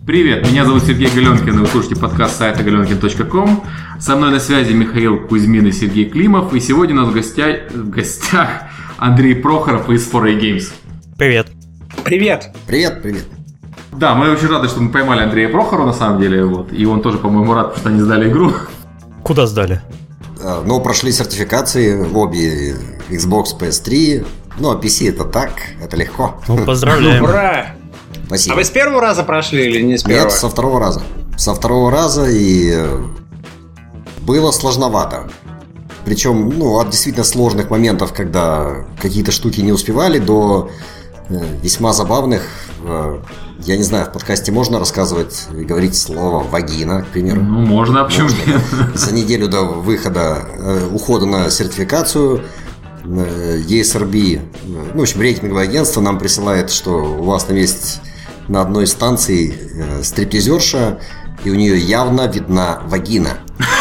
Привет, меня зовут Сергей Галенкин, и вы слушаете подкаст сайта galenkin.com. Со мной на связи Михаил Кузьмин и Сергей Климов. И сегодня у нас в гостях Андрей Прохоров из 4A Games. Привет. Привет. Привет. Да, мы очень рады, что мы поймали Андрея Прохорова, на самом деле. Вот. И он тоже, по-моему, рад, что они сдали игру. Куда сдали? Ну, прошли сертификации обе Xbox, PS3. Ну, а PC это так, это легко. Ну, поздравляем. Ура! Спасибо. А вы с первого раза прошли или не с первого? Нет, со второго раза. Со второго раза, и было сложновато. Причем, от действительно сложных моментов, когда какие-то штуки не успевали, до весьма забавных. Я не знаю, в подкасте можно рассказывать и говорить слово «вагина», к примеру? Ну, можно, почему нет? За неделю до ухода на сертификацию ESRB, в общем, рейтинговое агентство нам присылает, что у вас там есть на одной станции стриптизерша, и у нее явно видна вагина.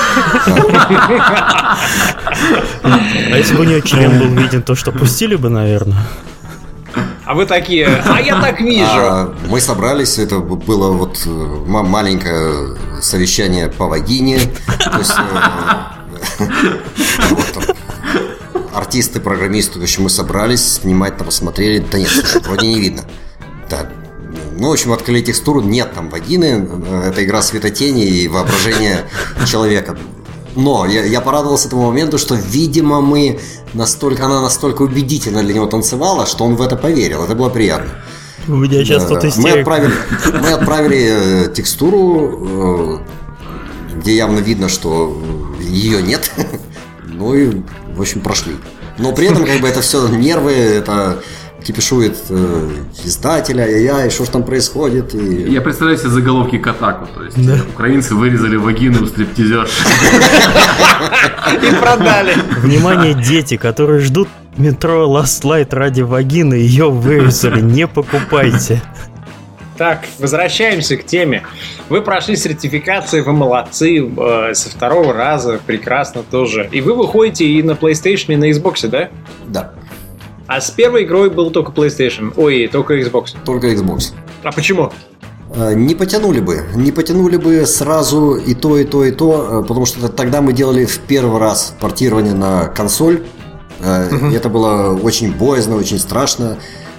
А если бы у нее член был виден, то что, пустили бы, наверное? А вы такие, я так вижу. Мы собрались, это было маленькое совещание по вагине. То есть артисты, программисты, в общем, мы собрались, внимательно посмотрели. Да нет, слушай, вроде не видно. Да. В общем, открыли текстуру, нет там вагины. Это игра светотени и воображение человека. Но я порадовался этому моменту, что, видимо, она настолько убедительно для него танцевала, что он в это поверил. Это было приятно. У меня сейчас тут истерика. Мы отправили текстуру, где явно видно, что ее нет. Ну и, в общем, прошли. Но при этом, это все нервы, это кипишует издателя, и что ж там происходит. И... Я представляю себе заголовки Kotaku. То есть украинцы вырезали вагину у стриптизерши. И продали. Внимание, дети, которые ждут метро Last Light ради вагины, ее вырезали, не покупайте. Так, возвращаемся к теме. Вы прошли сертификации, вы молодцы, со второго раза, прекрасно тоже. И вы выходите и на PlayStation, и на Xbox, да? Да. А с первой игрой был только PlayStation, только Xbox. Только Xbox. А почему? Не потянули бы сразу и то, потому что тогда мы делали в первый раз портирование на консоль. Это было очень боязно, очень страшно.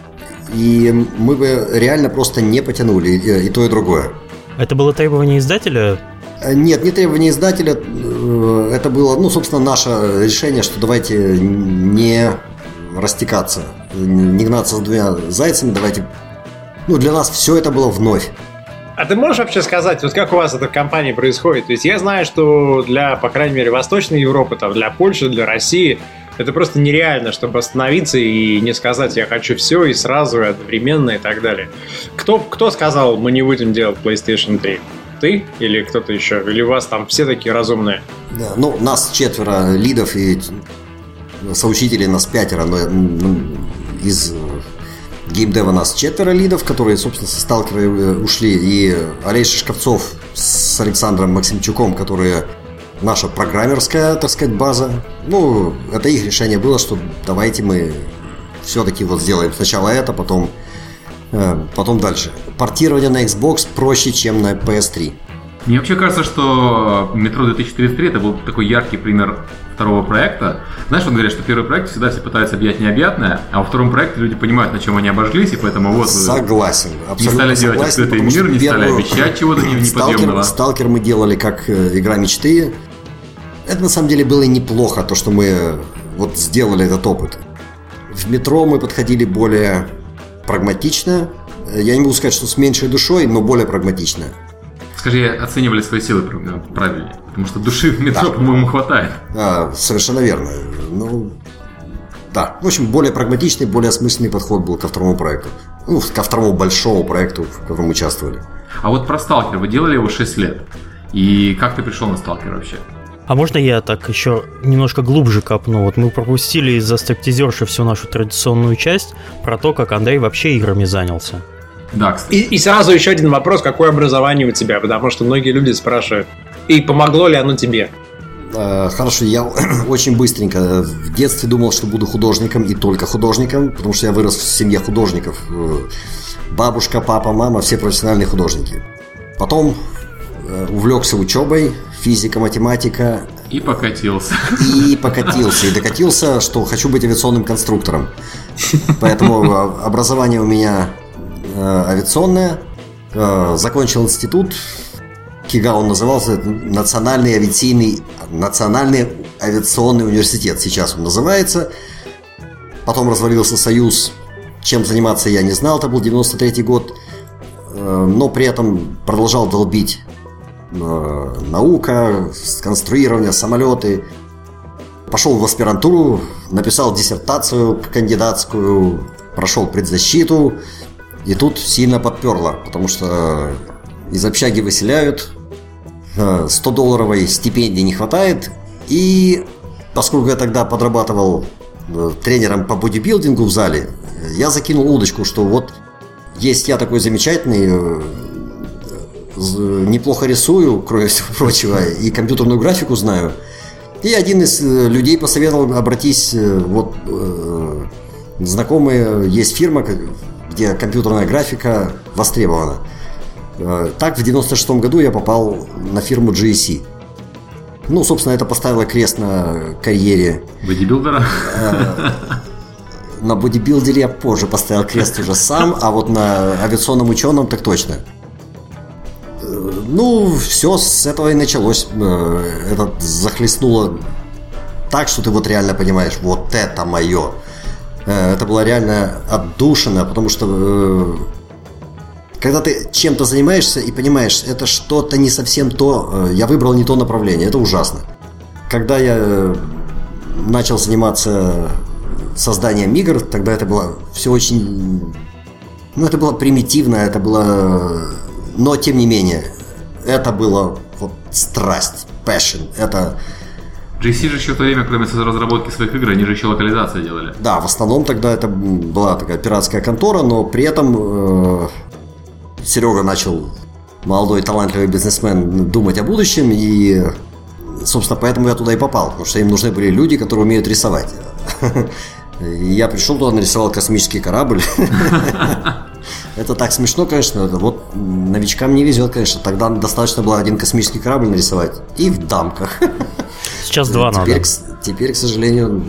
И мы бы реально просто не потянули и то, и другое. Это было требование издателя? Нет, не требование издателя. Это было, собственно, наше решение, что давайте не растекаться, не гнаться с двумя зайцами, давайте... для нас все это было вновь. А ты можешь вообще сказать, как у вас это в компании происходит? То есть я знаю, что для, по крайней мере, Восточной Европы, для Польши, для России... Это просто нереально, чтобы остановиться и не сказать «я хочу все» и сразу, и одновременно и так далее. Кто сказал «мы не будем делать PlayStation 3»? Ты или кто-то еще? Или у вас там все такие разумные? Да, нас 4 лидов и соучителей нас 5, но из геймдева нас 4 лидов, которые, собственно, со Сталкера ушли, и Олег Шишковцов с Александром Максимчуком, которые... Наша программерская, так сказать, база. Это их решение было, что давайте мы все-таки сделаем сначала это, потом дальше. Портирование на Xbox проще, чем на PS3. Мне вообще кажется, что Metro 2033 это был такой яркий пример второго проекта. Знаешь, говорят, что первый проект всегда все пытаются объять необъятное, а во втором проекте люди понимают, на чем они обожглись, и поэтому согласен, не стали делать открытый мир, не стали обещать чего-то неподъемного. Сталкер мы делали как игра мечты. Это на самом деле было неплохо, то, что мы сделали этот опыт. В Метро мы подходили более прагматично. Я не могу сказать, что с меньшей душой, но более прагматично. Скажи, оценивали свои силы правильнее? Потому что души в Метро, по-моему, хватает. Совершенно верно. Да. В общем, более прагматичный, более осмысленный подход был ко второму проекту. Ко второму большому проекту, в котором мы участвовали. А про Сталкер вы делали его 6 лет. И как ты пришел на Сталкер вообще? А можно я так еще немножко глубже копну? Мы пропустили из-за стриптизерши всю нашу традиционную часть про то, как Андрей вообще играми занялся. Да, кстати. И сразу еще один вопрос, какое образование у тебя? Потому что многие люди спрашивают, и помогло ли оно тебе? Хорошо, я очень быстренько в детстве думал, что буду художником и только художником, потому что я вырос в семье художников. Бабушка, папа, мама, все профессиональные художники. Потом увлекся учебой, физика, математика. И покатился. И докатился, что хочу быть авиационным конструктором. Поэтому образование у меня авиационное. Закончил институт. КИГА он назывался, Национальный авиационный университет. Сейчас он называется. Потом развалился Союз. Чем заниматься я не знал. Это был 93-й год. Но при этом продолжал долбить наука, конструирование, самолеты. Пошел в аспирантуру, написал диссертацию кандидатскую, прошел предзащиту. И тут сильно подперло, потому что из общаги выселяют, $100 стипендии не хватает. И поскольку я тогда подрабатывал тренером по бодибилдингу в зале, я закинул удочку, что вот есть я такой замечательный, неплохо рисую, кроме всего прочего, и компьютерную графику знаю. И один из людей посоветовал: обратись, вот знакомые, есть фирма, где компьютерная графика востребована. Так в 96-м году я попал на фирму GSC. Ну, собственно, это поставило крест на карьере бодибилдера. На бодибилдере я позже поставил крест уже сам, а вот на авиационном ученом так точно. Ну, все с этого и началось. Это захлестнуло так, что ты вот реально понимаешь, вот это мое. Это было реально отдушина, потому что когда ты чем-то занимаешься и понимаешь, это что-то не совсем то, я выбрал не то направление, это ужасно. Когда я начал заниматься созданием игр, тогда это было все очень... Ну, это было примитивно, это было... Но, тем не менее, это было вот страсть, passion, это... GSC же еще в то время, кроме разработки своих игр, они же еще локализации делали. Да, в основном тогда это была такая пиратская контора, но при этом Серега начал, молодой талантливый бизнесмен, думать о будущем, и, собственно, поэтому я туда и попал, потому что им нужны были люди, которые умеют рисовать. И я пришел туда, нарисовал космический корабль. Это так смешно, конечно. Вот новичкам не везет, конечно. Тогда достаточно было один космический корабль нарисовать. И в дамках. Сейчас два надо. Теперь, к сожалению...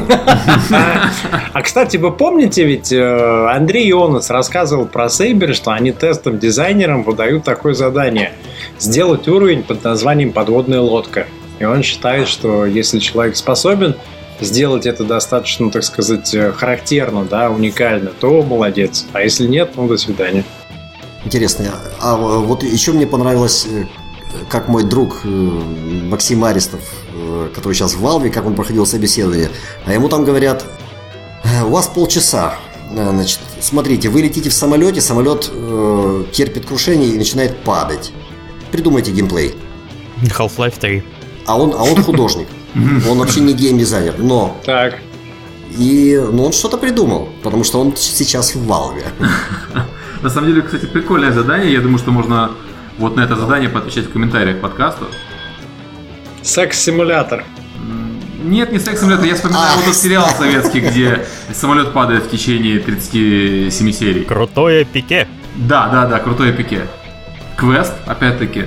А, кстати, вы помните, ведь Андрей Ионас рассказывал про Saber, что они тестом-дизайнерам выдают такое задание: сделать уровень под названием «Подводная лодка». И он считает, что если человек способен сделать это достаточно, так сказать, характерно, да, уникально, то молодец. А если нет, ну, до свидания. Интересно. А вот еще мне понравилось, как мой друг Максим Аристов, который сейчас в Valve, как он проходил собеседование, а ему там говорят: у вас полчаса, значит, смотрите, вы летите в самолете, самолет терпит крушение и начинает падать. Придумайте геймплей. Half-Life 3. А он художник. Он вообще не геймдизайнер, но... Так. Но он что-то придумал, потому что он сейчас в Valve. На самом деле, кстати, прикольное задание. Я думаю, что можно вот на это задание поотвечать в комментариях к подкасту. Секс-симулятор. Нет, не секс-симулятор. Я вспоминаю вот тот сериал советский, где самолет падает в течение 37 серий. Крутое пике. Да, крутое пике. Квест, опять-таки.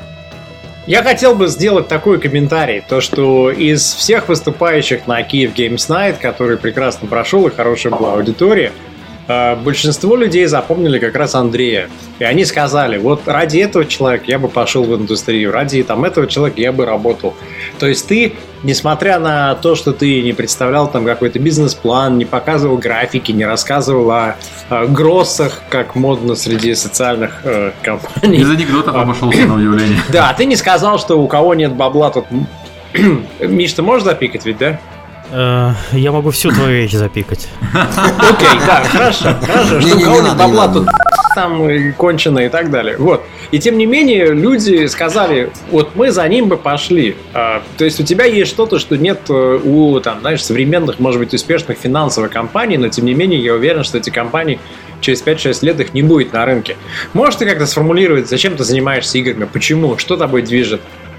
Я хотел бы сделать такой комментарий, то что из всех выступающих на Kyiv Games Night, который прекрасно прошел и хорошая была аудитория, большинство людей запомнили как раз Андрея. И они сказали: вот ради этого человека я бы пошел в индустрию, ради этого человека я бы работал. То есть ты, несмотря на то, что ты не представлял там какой-то бизнес-план, не показывал графики, не рассказывал о гроссах, как модно среди социальных компаний. Без анекдотов обошелся, на удивление. Да, ты не сказал, что у кого нет бабла тут... Миш, ты можешь запикать ведь, да? Я могу всю твою речь запикать. Окей, да, хорошо, что у кого нет бабла тут там кончено и так далее. Вот. И тем не менее, люди сказали: вот мы за ним бы пошли. То есть у тебя есть что-то, что нет у, там, знаешь, современных, может быть, успешных финансовых компаний, но тем не менее, я уверен, что эти компании через 5-6 лет их не будет на рынке. Можешь ты как-то сформулировать, зачем ты занимаешься играми? Почему? Что тобой движет?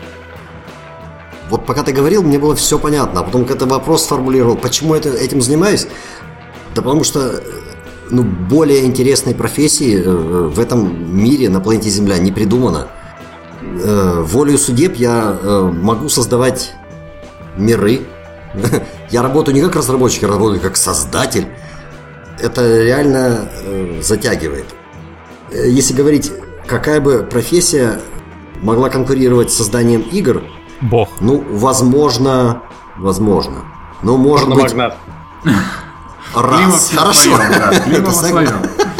Вот пока ты говорил, мне было все понятно. А потом, когда ты вопрос сформулировал, почему я этим занимаюсь, да потому что более интересной профессии в этом мире на планете Земля не придумано. Волею судеб я могу создавать миры. Я работаю не как разработчик, я работаю как создатель. Это реально затягивает. Если говорить, какая бы профессия могла конкурировать с созданием игр? Бог. Возможно. Но может быть... Магнат. Раз. Хорошо. Климов своем.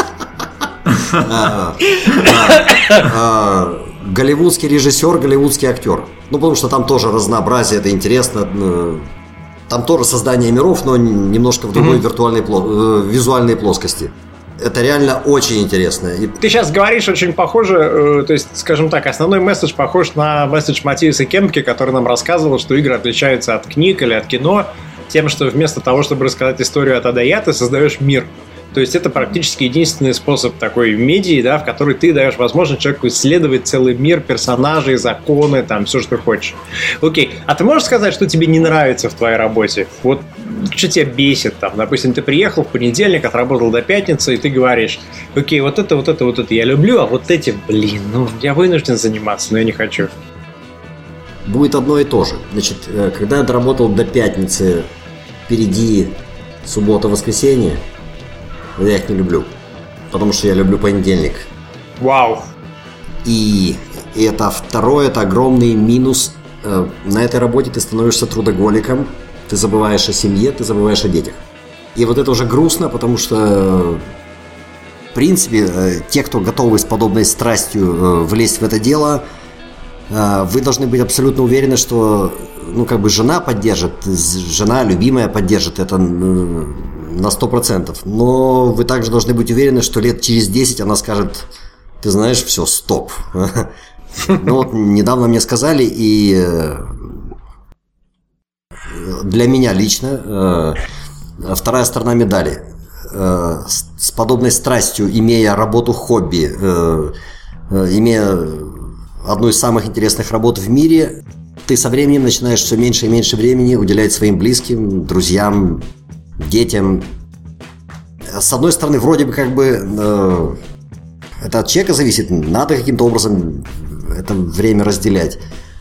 Голливудский режиссер, голливудский актер. Потому что там тоже разнообразие, это интересно. Там тоже создание миров, но немножко в другой визуальной плоскости. Это реально очень интересно. Ты сейчас говоришь очень похоже, то есть, скажем так, основной месседж похож на месседж Матиаса Кемпке, который нам рассказывал, что игры отличаются от книг или от кино тем, что вместо того, чтобы рассказать историю от А до Я, ты создаешь мир. То есть это практически единственный способ такой медиа, да, в который ты даешь возможность человеку исследовать целый мир персонажей, законы, там, все, что хочешь. Окей, а ты можешь сказать, что тебе не нравится в твоей работе? Вот что тебя бесит там? Допустим, ты приехал в понедельник, отработал до пятницы, и ты говоришь, окей, вот это я люблю, а вот эти, я вынужден заниматься, но я не хочу. Будет одно и то же. Значит, когда я доработал до пятницы, впереди суббота-воскресенье, я их не люблю, потому что я люблю понедельник. Вау! И это второе, это огромный минус. На этой работе ты становишься трудоголиком, ты забываешь о семье, ты забываешь о детях. И вот это уже грустно, потому что, в принципе, те, кто готовы с подобной страстью влезть в это дело, вы должны быть абсолютно уверены, что, жена поддержит, жена любимая поддержит это на 100%. Но вы также должны быть уверены, что лет через 10 она скажет, ты знаешь, все, стоп. Недавно мне сказали, и для меня лично вторая сторона медали. С подобной страстью, имея работу-хобби, имея одну из самых интересных работ в мире, ты со временем начинаешь все меньше и меньше времени уделять своим близким, друзьям, детям. С одной стороны, вроде бы это от человека зависит, надо каким-то образом это время разделять.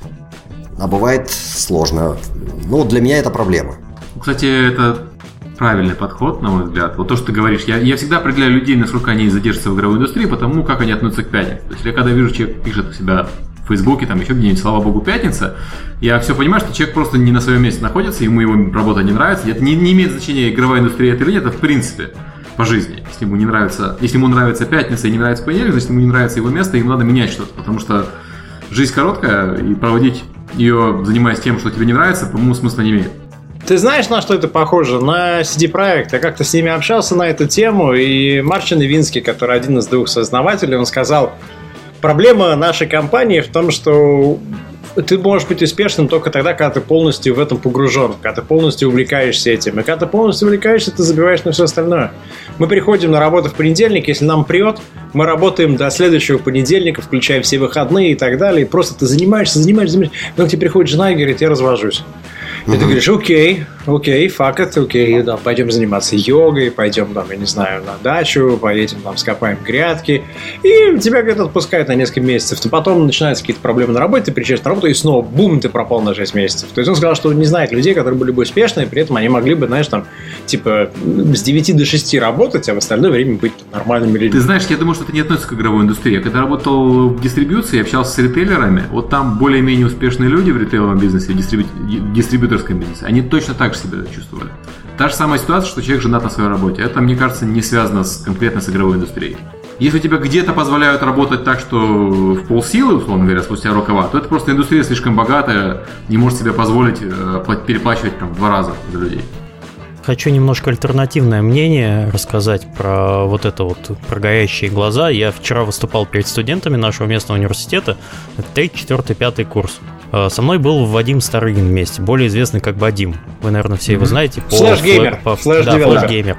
А бывает сложно. Для меня это проблема. Кстати, это правильный подход, на мой взгляд. Вот то, что ты говоришь, я всегда определяю людей, насколько они задержатся в игровой индустрии, потому как они относятся к пятнице. То есть я когда вижу, человек пишет у себя в Фейсбуке, там еще где-нибудь, слава богу, пятница, я все понимаю, что человек просто не на своем месте находится, ему его работа не нравится. Это не имеет значения, игровая индустрия это или нет, это в принципе по жизни. Если ему нравится пятница и не нравится понедельник, значит ему не нравится его место, и ему надо менять что-то, потому что жизнь короткая, и проводить ее, занимаясь тем, что тебе не нравится, по-моему, смысла не имеет. Ты знаешь, на что это похоже? На CD Projekt. Я как-то с ними общался на эту тему, и Марчин Ивинский, который один из двух сооснователей, он сказал, проблема нашей компании в том, что ты можешь быть успешным только тогда, когда ты полностью в этом погружен, когда ты полностью увлекаешься этим. И когда ты полностью увлекаешься, ты забиваешь на все остальное. Мы приходим на работу в понедельник, если нам прет, мы работаем до следующего понедельника, включая все выходные и так далее. И просто ты занимаешься. Но к тебе приходит жена и говорит, я развожусь. И ты говоришь, окей, fuck it, окей, да, пойдем заниматься йогой, пойдем, там, я не знаю, на дачу, поедем, там, скопаем грядки, и тебя где-то отпускают на несколько месяцев, то потом начинаются какие-то проблемы на работе, ты приезжаешь на работу, и снова, бум, ты пропал на 6 месяцев. То есть он сказал, что он не знает людей, которые были бы успешны, при этом они могли бы, знаешь, там, типа, с 9 до 6 работать, а в остальное время быть нормальными людьми. Ты знаешь, я думаю, что это не относится к игровой индустрии. Я когда работал в дистрибьюции, общался с ритейлерами, вот там более-менее успешные люди в ритейловом бизнесе, в дистрибьюторском бизнесе, они точно так же себя чувствовали. Та же самая ситуация, что человек женат на своей работе. Это, мне кажется, не связано конкретно с игровой индустрией. Если тебя где-то позволяют работать так, что в полсилы, условно говоря, спустя рукава, то это просто индустрия слишком богатая, не может себе позволить переплачивать там в 2 раза за людей. Хочу немножко альтернативное мнение рассказать про про горящие глаза. Я вчера выступал перед студентами нашего местного университета. Это 3-й, 4-й, 5-й курс. Со мной был Вадим Старыгин вместе, более известный как Вадим. Вы, наверное, все его знаете. Флэш-геймер. Флэш-геймер.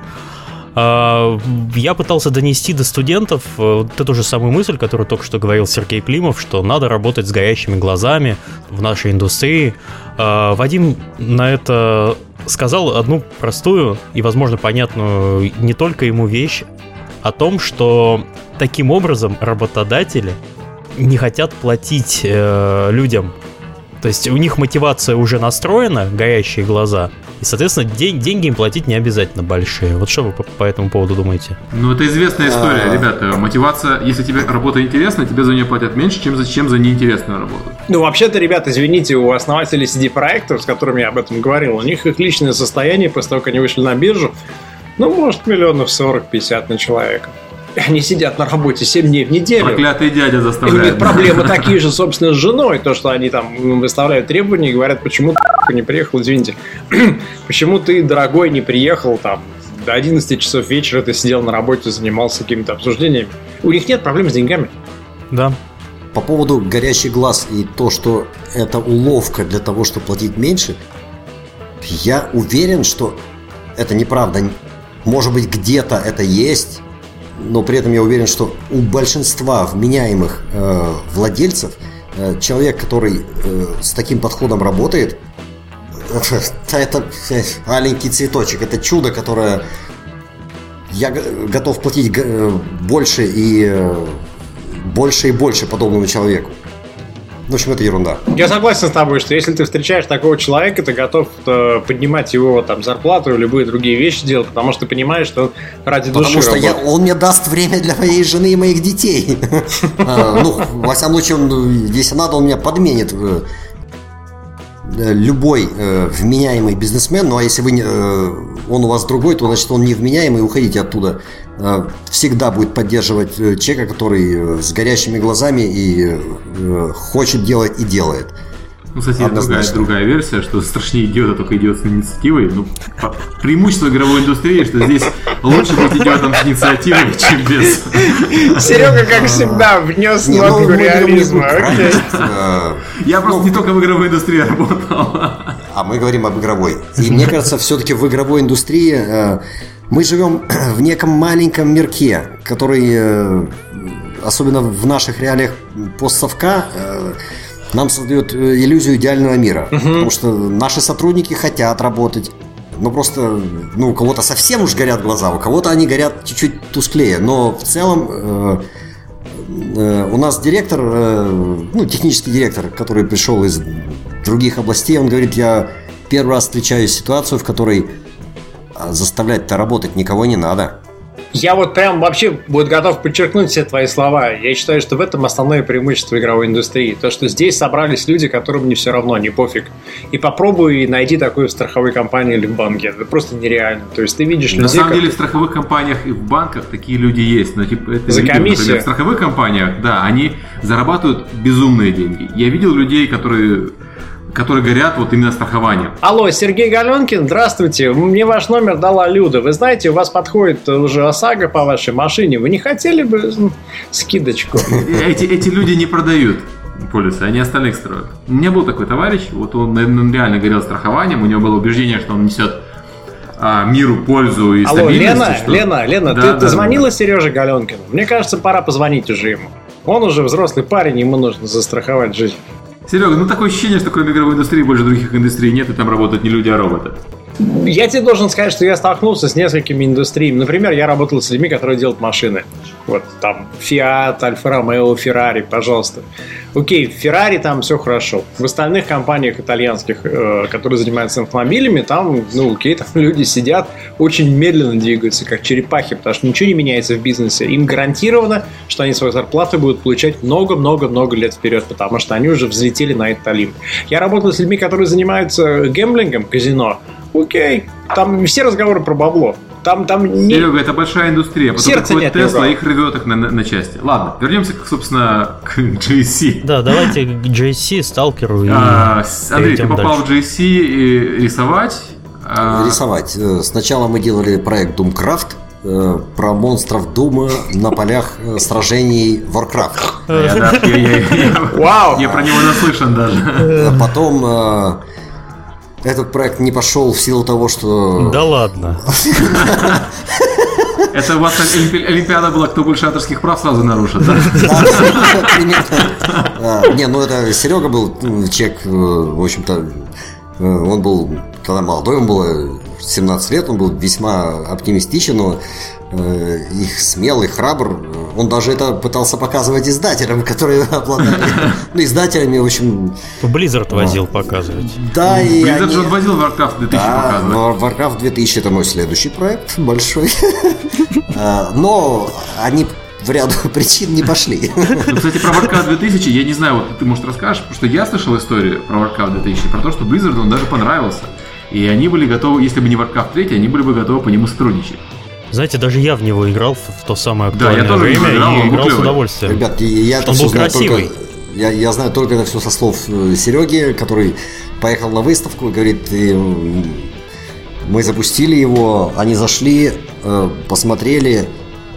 Я пытался донести до студентов вот эту же самую мысль, которую только что говорил Сергей Климов, что надо работать с горящими глазами в нашей индустрии. Вадим на это сказал одну простую и, возможно, понятную не только ему вещь о том, что таким образом работодатели не хотят платить людям. То есть у них мотивация уже настроена, горящие глаза, и, соответственно, деньги им платить не обязательно большие. Вот что вы по этому поводу думаете? Ну, это известная история, ребята. Мотивация, если тебе работа интересна, тебе за нее платят меньше, чем за неинтересную работу. Ну, вообще-то, ребята, извините, у основателей CD-проектов, с которыми я об этом говорил, у них их личное состояние после того, как они вышли на биржу, ну, может, 40-50 на человека. Они сидят на работе 7 дней в неделю. Проклятый дядя заставляет. И у них проблемы такие же, собственно, с женой. То, что они там выставляют требования и говорят, почему ты не приехал, извините. Почему ты, дорогой, не приехал там до 11 часов вечера, ты сидел на работе, занимался какими-то обсуждениями. У них нет проблем с деньгами. Да. По поводу горящий глаз и то, что это уловка для того, чтобы платить меньше, я уверен, что это неправда. Может быть, где-то это есть, но при этом я уверен, что у большинства вменяемых владельцев человек, который с таким подходом работает, это маленький цветочек, это чудо, которое я готов платить больше и больше подобному человеку. В общем, это ерунда. Я согласен с тобой, что если ты встречаешь такого человека, ты готов поднимать его там зарплату и любые другие вещи делать, потому что ты понимаешь, что он ради души работает. Потому что он мне даст время для моей жены и моих детей. Ну, во всяком случае, если надо, он меня подменит. Любой вменяемый бизнесмен, ну а если он у вас другой, то значит он невменяемый, уходите оттуда. Всегда будет поддерживать человека, который с горящими глазами и хочет делать и делает. Ну, кстати, другая версия, что страшнее идиота, только идиот с инициативой. Ну, преимущество игровой индустрии, что здесь лучше быть идиотом с инициативой, чем без. Серега, как всегда, внес нотку реализма. Я просто не только в игровой индустрии работал. А мы говорим об игровой. И мне кажется, все-таки в игровой индустрии мы живем в неком маленьком мирке, который, особенно в наших реалиях постсовка, нам создает иллюзию идеального мира. Потому что наши сотрудники хотят работать. Но просто, у кого-то совсем уж горят глаза, у кого-то они горят чуть-чуть тусклее. Но в целом у нас директор, технический директор, который пришел из других областей, он говорит, я первый раз встречаю ситуацию, в которой заставлять-то работать никого не надо. Я вот прям вообще буду готов подчеркнуть все твои слова. Я считаю, что в этом основное преимущество игровой индустрии. То, что здесь собрались люди, которым не все равно, не пофиг. И попробуй и найди такую в страховой компании или в банке. Это просто нереально. То есть ты видишь людей... На самом деле в страховых компаниях и в банках такие люди есть. Но это за комиссию. Например, в страховых компаниях, да, они зарабатывают безумные деньги. Я видел людей, которые горят вот именно страхованием. Алло, Сергей Галенкин, здравствуйте. Мне ваш номер дала Люда. Вы знаете, у вас подходит уже ОСАГО по вашей машине. Вы не хотели бы скидочку? Эти люди не продают полисы, они остальных строят. У меня был такой товарищ, вот он реально горел страхованием, у него было убеждение, что он несет миру пользу и стабильность. Алло, Лена, ты звонила Сереже Галенкину? Мне кажется, пора позвонить уже ему. Он уже взрослый парень, ему нужно застраховать жизнь. Серега, такое ощущение, что кроме игровой индустрии больше других индустрий нет, и там работают не люди, а роботы. Я тебе должен сказать, что я столкнулся с несколькими индустриями. Например, я работал с людьми, которые делают машины. Вот там Fiat, Alfa Romeo, Ferrari, пожалуйста. Окей, в Ferrari там все хорошо. В остальных компаниях итальянских, которые занимаются автомобилями, там, там люди сидят, очень медленно двигаются, как черепахи, потому что ничего не меняется в бизнесе. Им гарантировано, что они свою зарплату будут получать много-много-много лет вперед, потому что они уже взлетели на этот Олимп. Я работал с людьми, которые занимаются гэмблингом, казино. Окей, там все разговоры про бабло. Там Серега, это большая индустрия. Потом сердца нет. Тесла, их рвет их на части. Ладно, вернемся, собственно, к GSC. Да, давайте к GSC, Сталкеру. Андрей, ты попал в GSC рисовать? Рисовать. Сначала мы делали проект Doomcraft про монстров Дума на полях сражений Warcraft. Я про него наслышан даже. Потом этот проект не пошел в силу того, что... Да ладно. Это у вас Олимпиада была, кто больше авторских прав сразу нарушит, да? Не, это Серега был человек, в общем-то, он был тогда молодой, он был 17 лет, он был весьма оптимистичен, но их смелый, храбр. Он даже это пытался показывать издателям, которые обладали издателями, в общем... Blizzard возил показывать. Да, и Blizzard же возил Warcraft 2000 показывать. Warcraft 2000 это мой следующий проект, большой. Но они в ряду причин не пошли. Ну, кстати, про Warcraft 2000, я не знаю, вот ты, может, расскажешь, потому что я слышал историю про Warcraft 2000, про то, что Blizzard он даже понравился. И они были готовы, если бы не Warcraft 3, они были бы готовы по нему сотрудничать. Знаете, даже я в него играл в то самое актуальное я тоже время играл, и играл с удовольствием. Ребят, я это он все был знаю красивый. Я знаю только это все со слов Сереги, который поехал на выставку и говорит, мы запустили его, они зашли, посмотрели,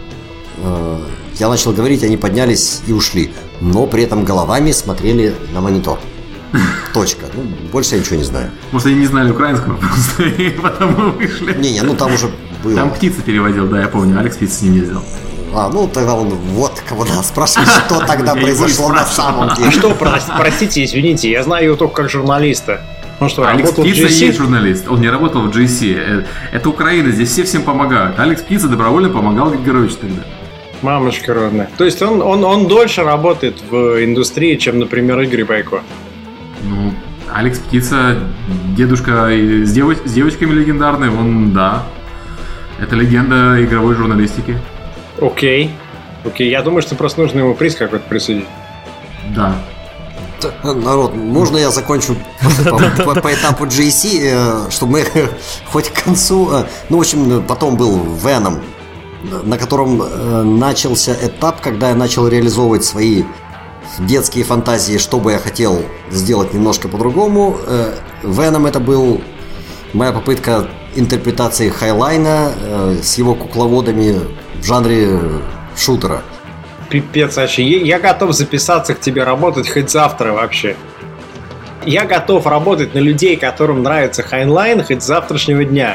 я начал говорить, они поднялись и ушли, но при этом головами смотрели на монитор. Точка. Ну, больше я ничего не знаю. Может, они не знали украинского просто, и потому вышли. Не, ну там уже было. Там Птица переводил, да, я помню, Алекс Птица с ним ездил. Ну тогда он, вот кого надо спрашивать, что тогда произошло на самом деле. А что, простите, извините, я знаю его только как журналиста. Он что, Алекс работал в Птица GSC? есть журналист, он не работал в GSC. Это Украина, здесь все всем помогают. Алекс Птица добровольно помогал Григорович тогда. Мамочка родная. То есть он дольше работает в индустрии, чем, например, Игорь Байко. Ну, Алекс Птица, дедушка с девочками легендарный, он, да. Это легенда игровой журналистики. Окей, я думаю, что просто нужно ему приз какой-то присудить. Да. Народ, можно я закончу по этапу GSC, чтобы мы хоть к концу... Ну, в общем, потом был Venom, на котором начался этап, когда я начал реализовывать свои детские фантазии, что бы я хотел сделать немножко по-другому. Venom это был моя попытка интерпретации Хайлайна с его кукловодами в жанре шутера. Пипец, вообще. Я готов записаться к тебе работать хоть завтра вообще. Я готов работать на людей, которым нравится Хайнлайн, хоть с завтрашнего дня.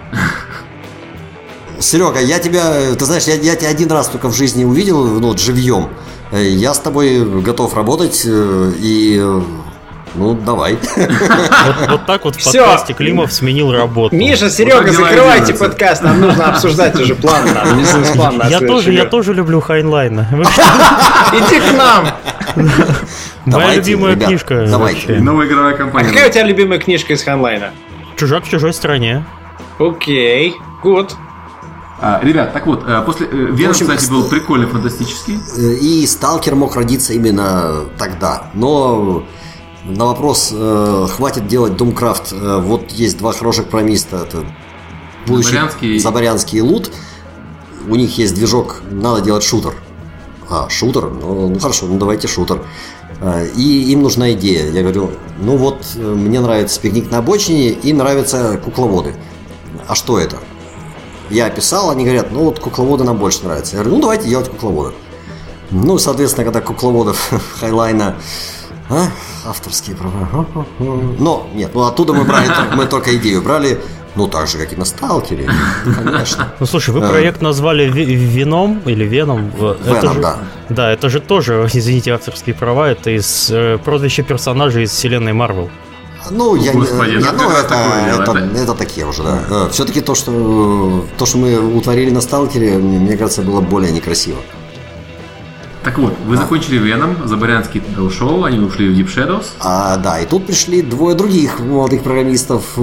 Серега, я тебя, ты знаешь, я тебя один раз только в жизни увидел, ну, вот живьем. Я с тобой готов работать и... Ну, давай. Вот так вот в подкасте Климов сменил работу. Миша, Серега, закрывайте подкаст, нам нужно обсуждать уже план, бизнес-план на следующий год. Я тоже люблю Хайнлайна. Иди к нам! Моя любимая книжка. Давайте. Новая игровая компания. А какая у тебя любимая книжка из Хайнлайна? «Чужак в чужой стране». Окей, гуд. Ребят, так вот, после Веном, кстати, был прикольный, фантастический. И Сталкер мог родиться именно тогда. Но на вопрос, хватит делать Думкрафт, вот есть два хороших программиста. Это будущий Забарянский и Лут. У них есть движок, надо делать шутер. Шутер? Ну хорошо, ну давайте шутер. И им нужна идея. Я говорю, ну вот, мне нравится «Пикник на обочине» и нравятся кукловоды. А что это? Я описал, они говорят, ну вот кукловоды нам больше нравятся. Я говорю, ну давайте делать кукловоды. Ну, соответственно, когда кукловодов Хайлайна авторские права. Но, нет, ну оттуда мы брали, мы только идею брали, ну так же, как и на Сталкере, конечно. Ну слушай, вы проект назвали Веном или Веном? Веном, да. Да, это же тоже, извините, авторские права, это из прозвища персонажей из вселенной Марвел. Ну, Господи, это такие уже, да. Все-таки то, что мы утворили на Сталкере, мне кажется, было более некрасиво. Так вот, вы закончили Веном, Забарянский туда ушел, они ушли в Deep Shadows. Да, и тут пришли двое других молодых программистов,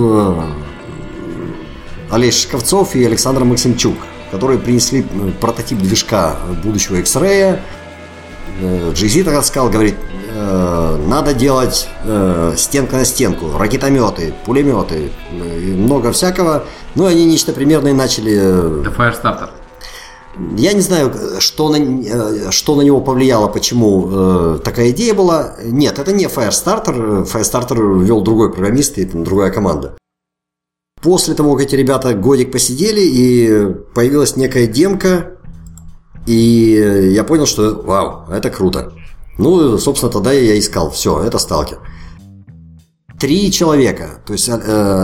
Олег Шковцов и Александр Максимчук, которые принесли прототип движка будущего X-Ray. GZ тогда сказал, говорит, надо делать стенка на стенку, ракетометы, пулеметы, много всякого. Ну, они нечто примерное начали... Это Firestarter. Я не знаю, что на него повлияло, почему такая идея была. Нет, это не Firestarter. Firestarter вел другой программист и там другая команда. После того, как эти ребята годик посидели, и появилась некая демка, и я понял, что вау, это круто. Ну, собственно, тогда я искал. Все, это Сталкер. 3 человека, то есть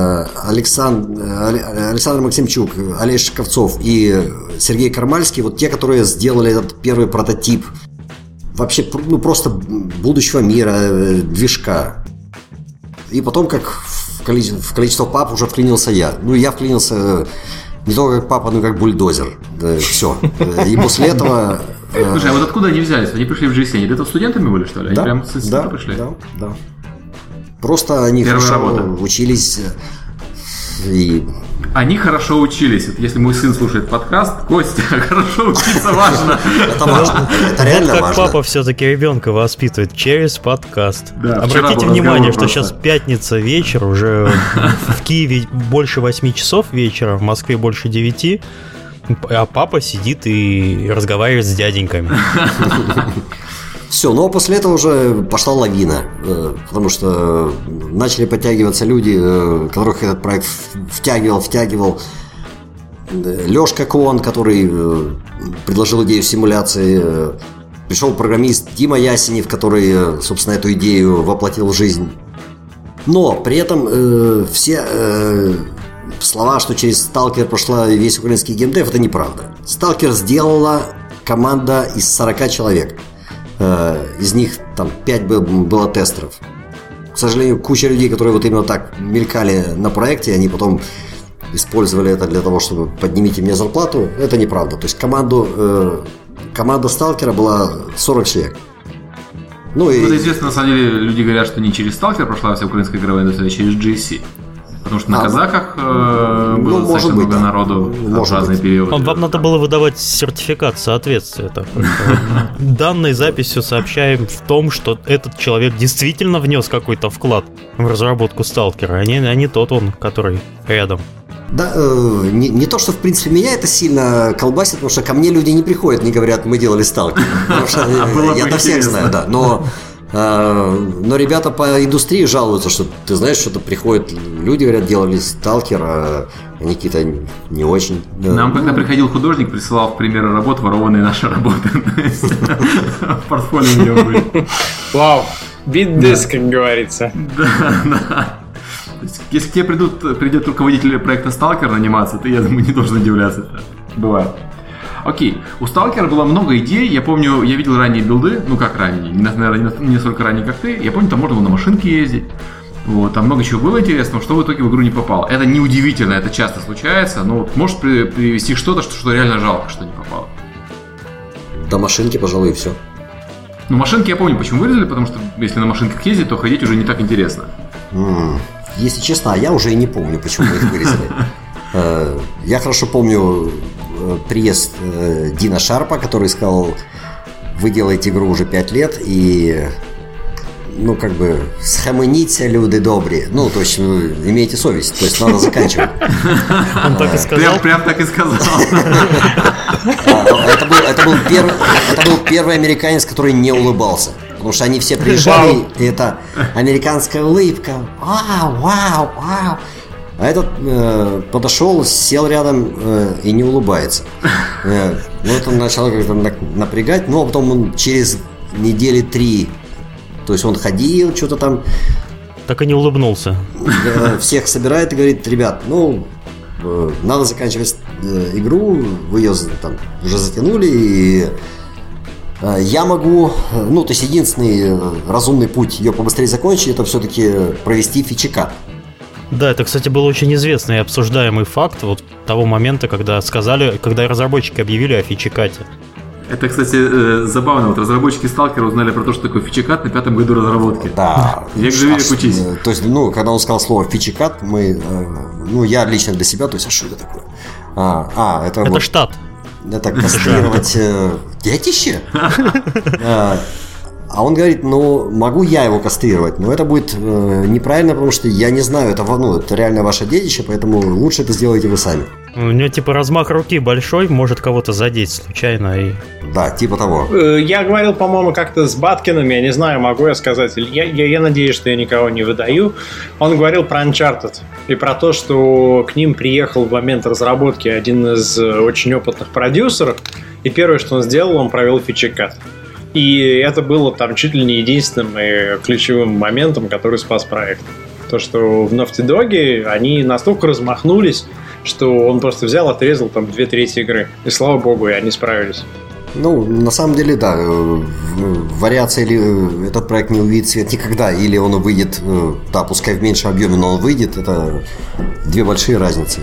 Александр Максимчук, Олег Шковцов и Сергей Кармальский, вот те, которые сделали этот первый прототип вообще, ну, просто будущего мира, движка. И потом, как в количество пап уже вклинился я. Ну, я вклинился не только как папа, но и как бульдозер. Да, все. И после этого... Слушай, а вот откуда они взялись? Они пришли в GSC, они до этого студентами были, что ли? Они да, прям с института пришли? Да. Просто они хорошо учились и... Они хорошо учились. Вот если мой сын слушает подкаст, Костя, хорошо учиться важно. Это важно. Это реально как важно. Папа все-таки ребенка воспитывает через подкаст. Да, обратите внимание, что сейчас пятница вечер, уже в Киеве больше 8 часов вечера, в Москве больше 9, а папа сидит и разговаривает с дяденьками. Все, но после этого уже пошла лавина, потому что начали подтягиваться люди, которых этот проект втягивал. Лёшка Кон, который предложил идею симуляции, пришел программист Дима Ясенев, который, собственно, эту идею воплотил в жизнь. Но при этом все слова, что через Сталкер прошла весь украинский геймдев, это неправда. Сталкер сделала команда из 40 человек. Из них там 5 было тестеров. К сожалению, куча людей, которые вот именно так мелькали на проекте, они потом использовали это для того, чтобы поднимите мне зарплату. Это неправда. То есть команда Сталкера была 40 человек. Ну, и... Это известно, на самом деле, люди говорят, что не через Сталкер прошла вся украинская игровая индустрия, а через GSC. Потому что на казаках было достаточно много народу в разные периоды. Вам надо было выдавать сертификат соответствия такой. Данной записью сообщаем в том, что этот человек действительно внес какой-то вклад в разработку Сталкера, а не тот он, который рядом. Да, не то, что в принципе меня это сильно колбасит, потому что ко мне люди не приходят, не говорят, мы делали Сталкер. Потому что я-то всех знаю, да. Но ребята по индустрии жалуются, что ты знаешь, что-то приходят люди, говорят, делали Сталкер, а они какие-то не очень. Нам когда приходил художник, присылал примеры работ, ворованные наши работы. В портфолио у него были. Вау, бит-диск, как говорится. Да. Если к тебе придет руководитель проекта Сталкер наниматься, ты, я думаю, не должен удивляться. Бывает. Окей, у Сталкера было много идей. Я помню, я видел ранние билды. Ну как ранние, наверное, не настолько ранние, как ты. Я помню, там можно было на машинке ездить. Вот, там много чего было интересного, что в итоге в игру не попало. Это неудивительно, это часто случается. Но вот можешь привести что-то, что реально жалко, что не попало. До машинки, пожалуй, и все. Ну, машинки я помню, почему вырезали, потому что если на машинках ездить, то ходить уже не так интересно. Если честно, я уже и не помню, почему мы их вырезали. Я хорошо помню приезд Дина Шарпа, который сказал, вы делаете игру уже 5 лет, и ну, как бы, схаменіться, люди добрі. Ну, то есть, имейте совесть, то есть, надо заканчивать. Он так и сказал? Прям так и сказал. Это был первый американец, который не улыбался. Потому что они все приезжали, и это американская улыбка. Вау. А этот подошел, сел рядом и не улыбается. Вот он начал как-то напрягать, но потом он через недели 3, то есть он ходил, что-то там. Так и не улыбнулся. Всех собирает и говорит, ребят, надо заканчивать игру, вы ее там уже затянули, и я могу, то есть единственный разумный путь ее побыстрее закончить, это все-таки провести фичекат. Да, это, кстати, был очень известный и обсуждаемый факт вот того момента, когда разработчики объявили о фичекате. Это, кстати, забавно. Вот разработчики Сталкера узнали про то, что такое фичекат на 5-м году разработки. Да. Век живи, век учись. То есть, когда он сказал слово фичекат, я лично для себя, то есть, а что это такое? Это вот, штат. Это кастрировать детище? А он говорит, могу я его кастрировать, но это будет неправильно, потому что я не знаю, это реально ваше детище, поэтому лучше это сделайте вы сами. У него типа размах руки большой, может кого-то задеть случайно. Да, типа того. Я говорил, по-моему, как-то с Баткиным, я не знаю, могу я сказать, я надеюсь, что я никого не выдаю. Он говорил про Uncharted и про то, что к ним приехал в момент разработки один из очень опытных продюсеров, и первое, что он сделал, он провел фичекат. И это было там чуть ли не единственным и ключевым моментом, который спас проект. То, что в Naughty Dog они настолько размахнулись, что он просто взял, отрезал там 2/3 игры. И слава богу, и они справились. Ну, на самом деле, да, вариация или этот проект не увидит свет никогда, или он выйдет, да, пускай в меньшем объеме, но он выйдет, это две большие разницы.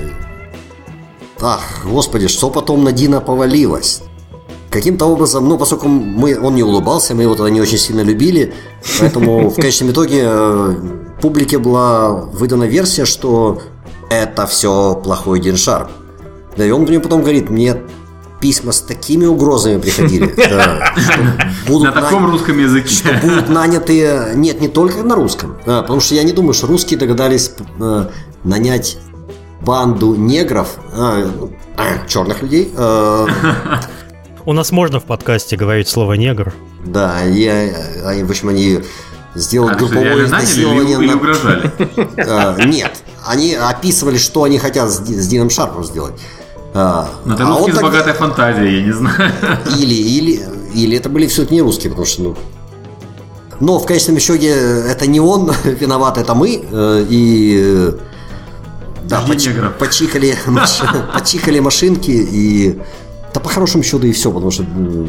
Ах, господи, что потом на Дина повалилось? Каким-то образом, ну, поскольку он не улыбался, мы его тогда не очень сильно любили, поэтому в конечном итоге публике была выдана версия, что это все плохой Дин Шарп. Да, и он мне потом говорит, мне письма с такими угрозами приходили. На таком русском языке. Что будут наняты... Нет, не только на русском. Потому что я не думаю, что русские догадались нанять банду негров, черных людей. У нас можно в подкасте говорить слово «негр». Да, в общем, они сделали групповое изнасилование. Или угрожали? Нет, они описывали, что они хотят с Дином Шарпом сделать. Но это русские с богатой фантазией, я не знаю. Или это были все-таки не русские, потому что, но в конечном итоге это не он виноват, это мы. И да, почихали машинки, и да по-хорошему счету и все, потому что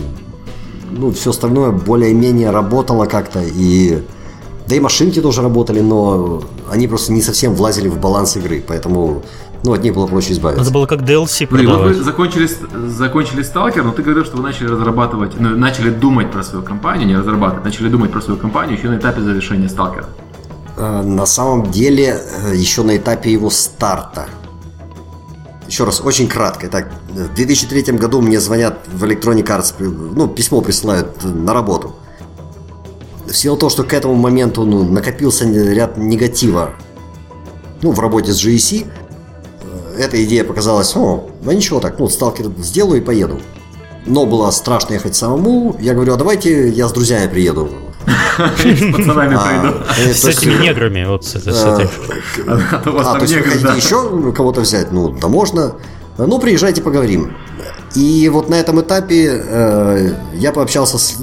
все остальное более-менее работало как-то, и да и машинки тоже работали, но они просто не совсем влазили в баланс игры, поэтому от них было проще избавиться. Надо было как DLC продавать. Вы закончили Stalker, но ты говорил, что вы начали разрабатывать, начали думать про свою компанию, не разрабатывать, начали думать про свою компанию еще на этапе завершения Stalker. На самом деле, еще на этапе его старта. Еще раз, очень кратко. Так, в 2003 году мне звонят в Electronic Arts, письмо присылают на работу. В силу того, что к этому моменту накопился ряд негатива в работе с GSC, эта идея показалась, ничего так, сталкер сделаю и поеду. Но было страшно ехать самому. Я говорю, давайте я с друзьями приеду. С пацанами приеду. С этими неграми. Вот с этой. То есть вы хотите еще кого-то взять? Да можно. Приезжайте, поговорим. И вот на этом этапе я пообщался с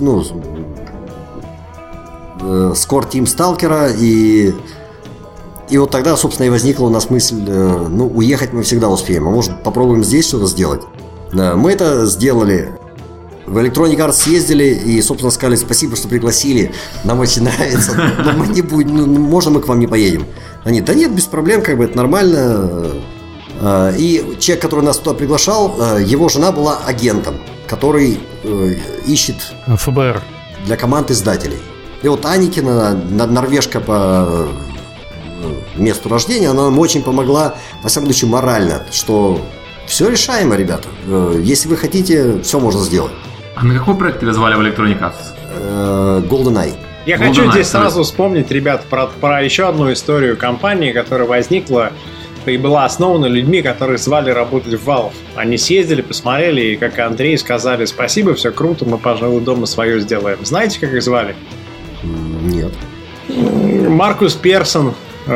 Core Team Сталкера, и вот тогда, собственно, и возникла у нас мысль, уехать мы всегда успеем, а может попробуем здесь что-то сделать. Мы это сделали. В Electronic Arts съездили и, собственно, сказали спасибо, что пригласили. Нам очень нравится. Но мы не будем, можно мы к вам не поедем? Они, да нет, без проблем, это нормально. И человек, который нас туда приглашал, его жена была агентом, который ищет ФБР для команд издателей. И вот Аникина, норвежка по месту рождения, она нам очень помогла, во всяком случае, морально, что все решаемо, ребята. Если вы хотите, все можно сделать. А на какой проект тебя звали в Electronic Arts? GoldenEye. Я хочу здесь сразу вспомнить, ребят, про еще одну историю компании, которая возникла и была основана людьми, которые звали работать в Valve. Они съездили, посмотрели, и, как Андрей, сказали спасибо, все круто, мы, пожалуй, дома свое сделаем. Знаете, как их звали? Нет. Маркус Персон.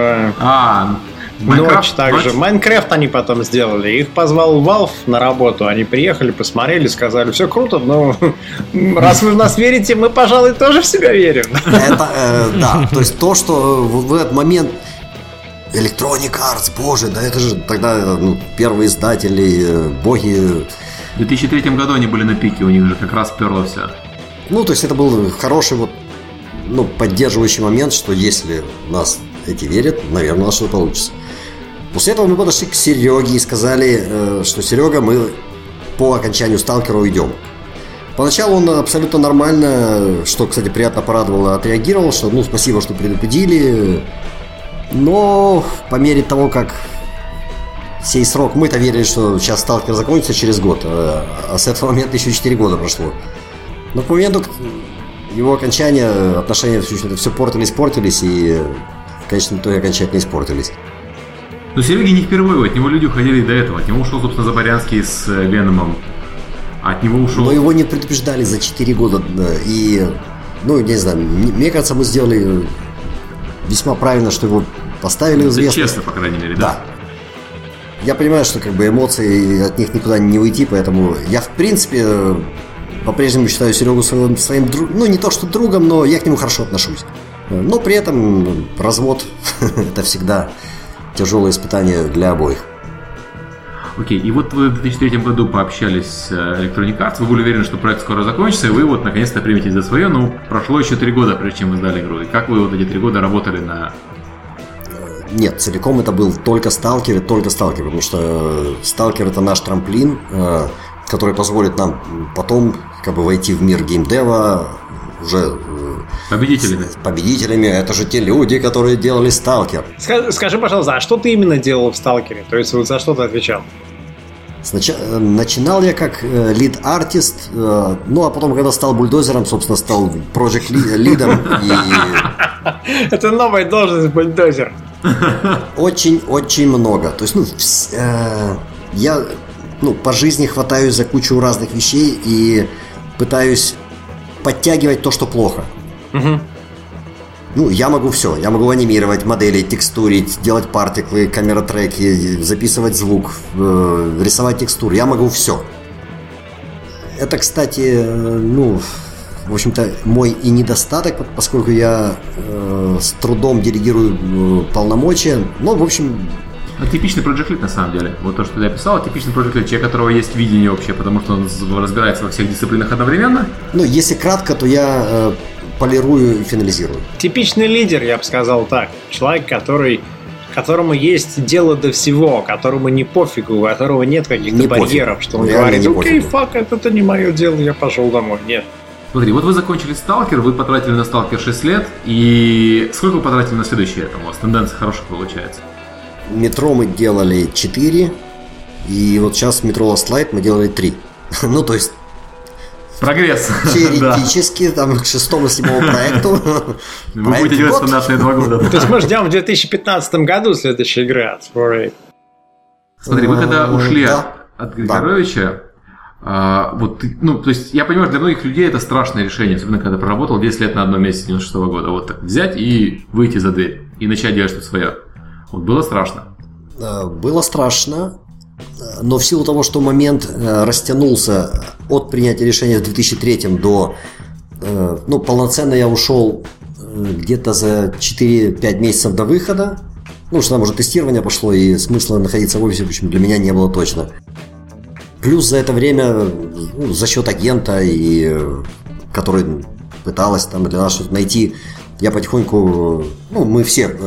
Ночь также. Майнкрафт они потом сделали. Их позвал Valve на работу. Они приехали, посмотрели, сказали, все круто, но раз вы в нас верите, мы, пожалуй, тоже в себя верим. Это, да, то есть то, что в этот момент Electronic Arts, боже, да это же тогда первые издатели, боги. В 2003 году они были на пике, у них же как раз перло все. То есть это был хороший поддерживающий момент, что если нас эти верят, наверное, у нас что-то получится. После этого мы подошли к Сереге и сказали, что Серега, мы по окончанию Сталкера уйдем. Поначалу он абсолютно нормально, что, кстати, приятно порадовало, отреагировал, что спасибо, что предупредили. Но по мере того, как сей срок, мы-то верили, что сейчас Сталкер закончится через год, а с этого момента еще 4 года прошло. Но к моменту его окончания отношения все портились, и в конечном итоге окончательно испортились. Но Сереги не впервые, от него люди уходили до этого. От него ушел, собственно, Забарянский с Веномом. От него ушел... Но его не предупреждали за 4 года. И, не знаю, мне кажется, мы сделали весьма правильно, что его поставили в известность. Честно, по крайней мере, да. Я понимаю, что эмоции, от них никуда не уйти, поэтому я, в принципе, по-прежнему считаю Серегу своим другом. Не то, что другом, но я к нему хорошо отношусь. Но при этом развод – это всегда тяжелое испытание для обоих. Окей, и вот вы в 2003 году пообщались с Electronic Arts, вы были уверены, что проект скоро закончится, и вы вот наконец-то приметесь за свое, но прошло еще 3 года, прежде чем вы сдали игру. И как вы вот эти 3 года работали на... Нет, целиком это был только Сталкер, потому что Сталкер — это наш трамплин, который позволит нам потом как бы войти в мир геймдева уже победителями. Это же те люди, которые делали Сталкер. Скажи, пожалуйста, а что ты именно делал в Сталкере? То есть вот за что ты отвечал? Начинал я как лид-артист, ну а потом, когда стал бульдозером, собственно, стал проект-лидом. Это новая должность, бульдозер. Очень-очень много. То есть, я по жизни хватаюсь за кучу разных вещей и пытаюсь подтягивать то, что плохо. Угу. Я могу все. Я могу анимировать модели, текстурить, делать партиклы, камера-треки, записывать звук, рисовать текстуры. Я могу все. Это, кстати, в общем-то, мой и недостаток, поскольку я с трудом делегирую полномочия. В общем... Типичный Project Lead, на самом деле. Вот то, что ты описал, типичный Project Lead, человек, у которого есть видение общее, потому что он разбирается во всех дисциплинах одновременно. Если кратко, то я полирую и финализирую. Типичный лидер, я бы сказал так. Человек, которому есть дело до всего, которому не пофигу, у которого нет каких-то барьеров, что он говорит: окей, фак, это не мое дело, я пошел домой. Нет. Смотри, вот вы закончили Сталкер, вы потратили на Сталкер 6 лет, и сколько вы потратили на следующее? Там у вас тенденция хорошая получается. Метро мы делали 4, и вот сейчас Metro Last Light мы делали 3. То есть... Прогресс. Теоретически, там, к 6-7 проекту. Вы будете делать стандартные 2 года. То есть мы ждем в 2015 году следующей игры от 4A. Смотри, вы когда ушли от Григоровича, то есть я понимаю, для многих людей это страшное решение, особенно когда проработал 10 лет на одном месте с 96 года. Вот так взять и выйти за дверь и начать делать что-то свое. Вот было страшно. Было страшно, но в силу того, что момент растянулся от принятия решения в 2003 до... полноценно я ушел где-то за 4-5 месяцев до выхода. Что там уже тестирование пошло, и смысла находиться в офисе, в общем, для меня не было точно. Плюс за это время, за счет агента, который пыталась там для нас что-то найти, я потихоньку... мы все...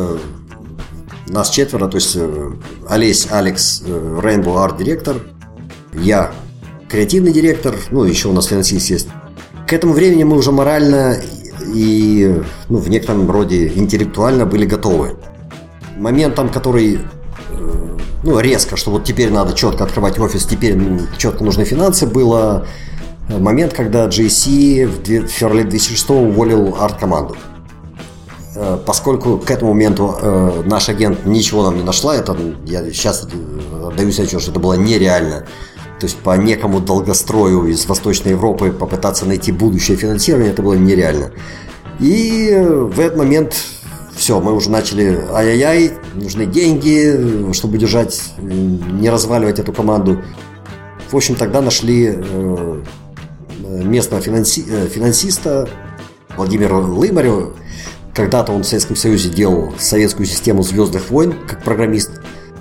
Нас 4, то есть Олесь, Алекс, Rainbow Art директор, я креативный директор, еще у нас финансист есть. К этому времени мы уже морально и в некотором роде интеллектуально были готовы. Моментом, который резко, что вот теперь надо четко открывать офис, теперь четко нужны финансы, было момент, когда GSC в феврале 2006 уволил арт-команду. Поскольку к этому моменту наш агент ничего нам не нашла, я сейчас отдаю себе отчет, что это было нереально. То есть по некому долгострою из Восточной Европы попытаться найти будущее финансирование, это было нереально. И в этот момент все, мы уже начали ай-яй-яй, нужны деньги, чтобы держать, не разваливать эту команду. В общем, тогда нашли местного финансиста Владимира Лымарева. Когда-то он в Советском Союзе делал советскую систему «Звездных войн» как программист.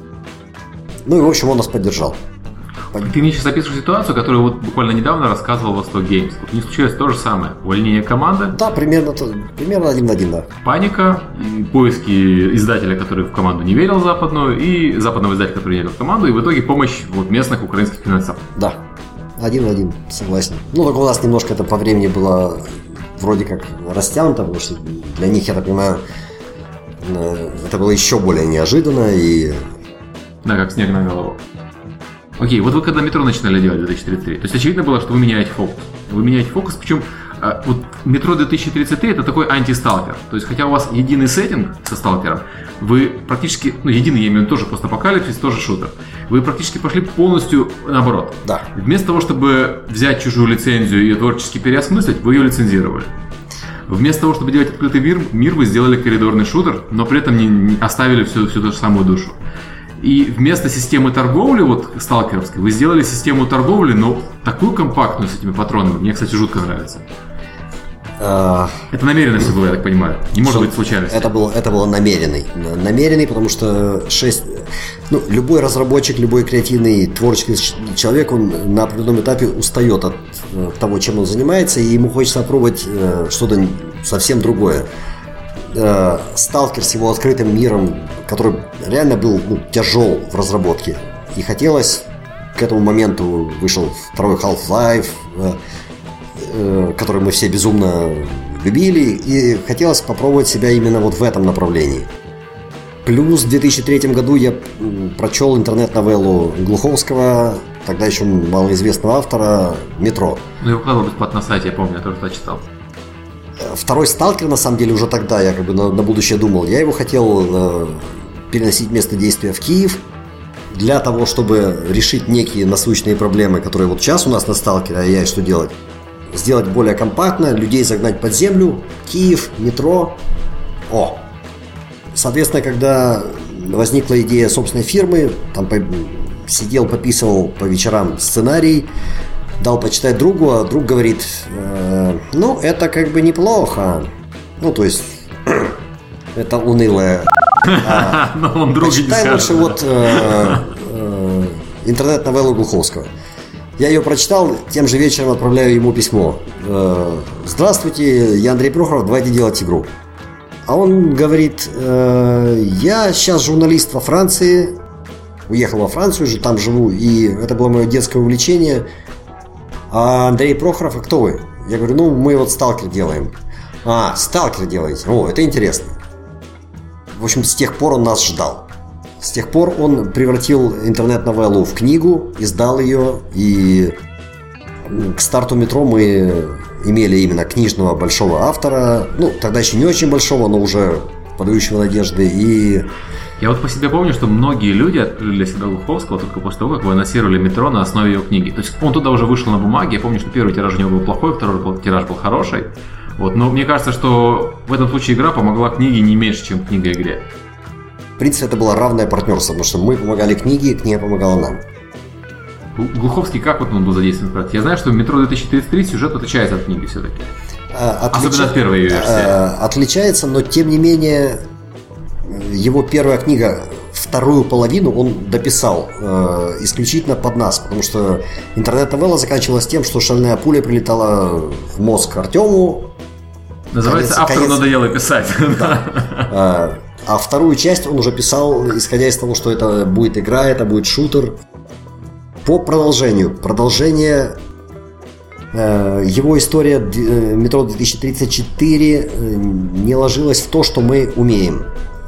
И, в общем, он нас поддержал. Ты мне сейчас описываешь ситуацию, которую вот буквально недавно рассказывал Восток Геймс. Вот не случилось то же самое. Увольнение команды. Да, примерно один в один, да. Паника, поиски издателя, который в команду не верил западную, и западного издателя, который не верил в команду, и в итоге помощь местных украинских финансов. Да, один в один, согласен. Только у нас немножко это по времени было... вроде как растянуто, потому что для них, я так понимаю, это было еще более неожиданно и... Да, как снег на голову. Окей, вот вы когда метро начинали делать в 2033, то есть очевидно было, что вы меняете фокус. Вы меняете фокус, причем вот метро 2033 это такой антисталкер. То есть хотя у вас единый сеттинг со сталкером, вы практически, единый, я имею в виду, тоже постапокалипсис, тоже шутер. Вы практически пошли полностью наоборот. Да. Вместо того, чтобы взять чужую лицензию и ее творчески переосмыслить, вы ее лицензировали. Вместо того, чтобы делать открытый мир, вы сделали коридорный шутер, но при этом не оставили всю ту же самую душу. И вместо системы торговли, сталкеровской, вы сделали систему торговли, но такую компактную с этими патронами. Мне, кстати, жутко нравится. Это намеренно все было, я так понимаю. Не может быть случайностью. Это было намеренный, потому что любой разработчик, любой креативный, творческий человек, он на определенном этапе устает от того, чем он занимается, и ему хочется попробовать что-то совсем другое. Сталкер с его открытым миром, который реально был тяжел в разработке, и хотелось, к этому моменту вышел второй Half-Life, который мы все безумно любили, и хотелось попробовать себя именно вот в этом направлении. Плюс в 2003 году я прочел интернет-новеллу Глуховского, тогда еще малоизвестного автора, «Метро». Ну, я выкладывал бесплатно на сайте, я помню, я тоже это читал. Второй «Сталкер», на самом деле, уже тогда я на будущее думал. Я его хотел переносить место действия в Киев, для того, чтобы решить некие насущные проблемы, которые вот сейчас у нас на «Сталкере», а я что делать? Сделать более компактно, людей загнать под землю, Киев, метро. Соответственно, когда возникла идея собственной фирмы, там сидел, пописывал по вечерам сценарий, дал почитать другу, а друг говорит, это как бы неплохо. То есть, это унылое. Но он друг не почитай лучше интернет-новеллу Глуховского. Я ее прочитал, тем же вечером отправляю ему письмо. Здравствуйте, я Андрей Прохоров, давайте делать игру. А он говорит, я сейчас журналист во Франции, уехал во Францию, уже там живу, и это было мое детское увлечение. А Андрей Прохоров, а кто вы? Я говорю, мы вот «Сталкер» делаем. «Сталкер» делаете? Это интересно. В общем, с тех пор он нас ждал. С тех пор он превратил интернет-новеллу в книгу, издал ее, и к старту «Метро» мы имели именно книжного большого автора, тогда еще не очень большого, но уже подающего надежды, и... Я вот по себе помню, что многие люди открыли для себя Глуховского только после того, как вы анонсировали «Метро» на основе ее книги. То есть он туда уже вышел на бумаге, я помню, что первый тираж у него был плохой, второй тираж был хороший. Но мне кажется, что в этом случае игра помогла книге не меньше, чем книга игре. В принципе, это было равное партнерство, потому что мы помогали книге, книга помогала нам. Глуховский как он был задействован? Я знаю, что в «Метро 2033» сюжет отличается от книги все-таки. Особенно от первой ее версии. Отличается, но тем не менее его первая книга, вторую половину он дописал исключительно под нас, потому что интернет-новелла заканчивалась тем, что шальная пуля прилетала в мозг Артему. Называется «Автору надоело писать». Да. А вторую часть он уже писал, исходя из того, что это будет игра, это будет шутер. По продолжению. Продолжение. Его история «Метро 2034» не ложилась в то, что мы умеем.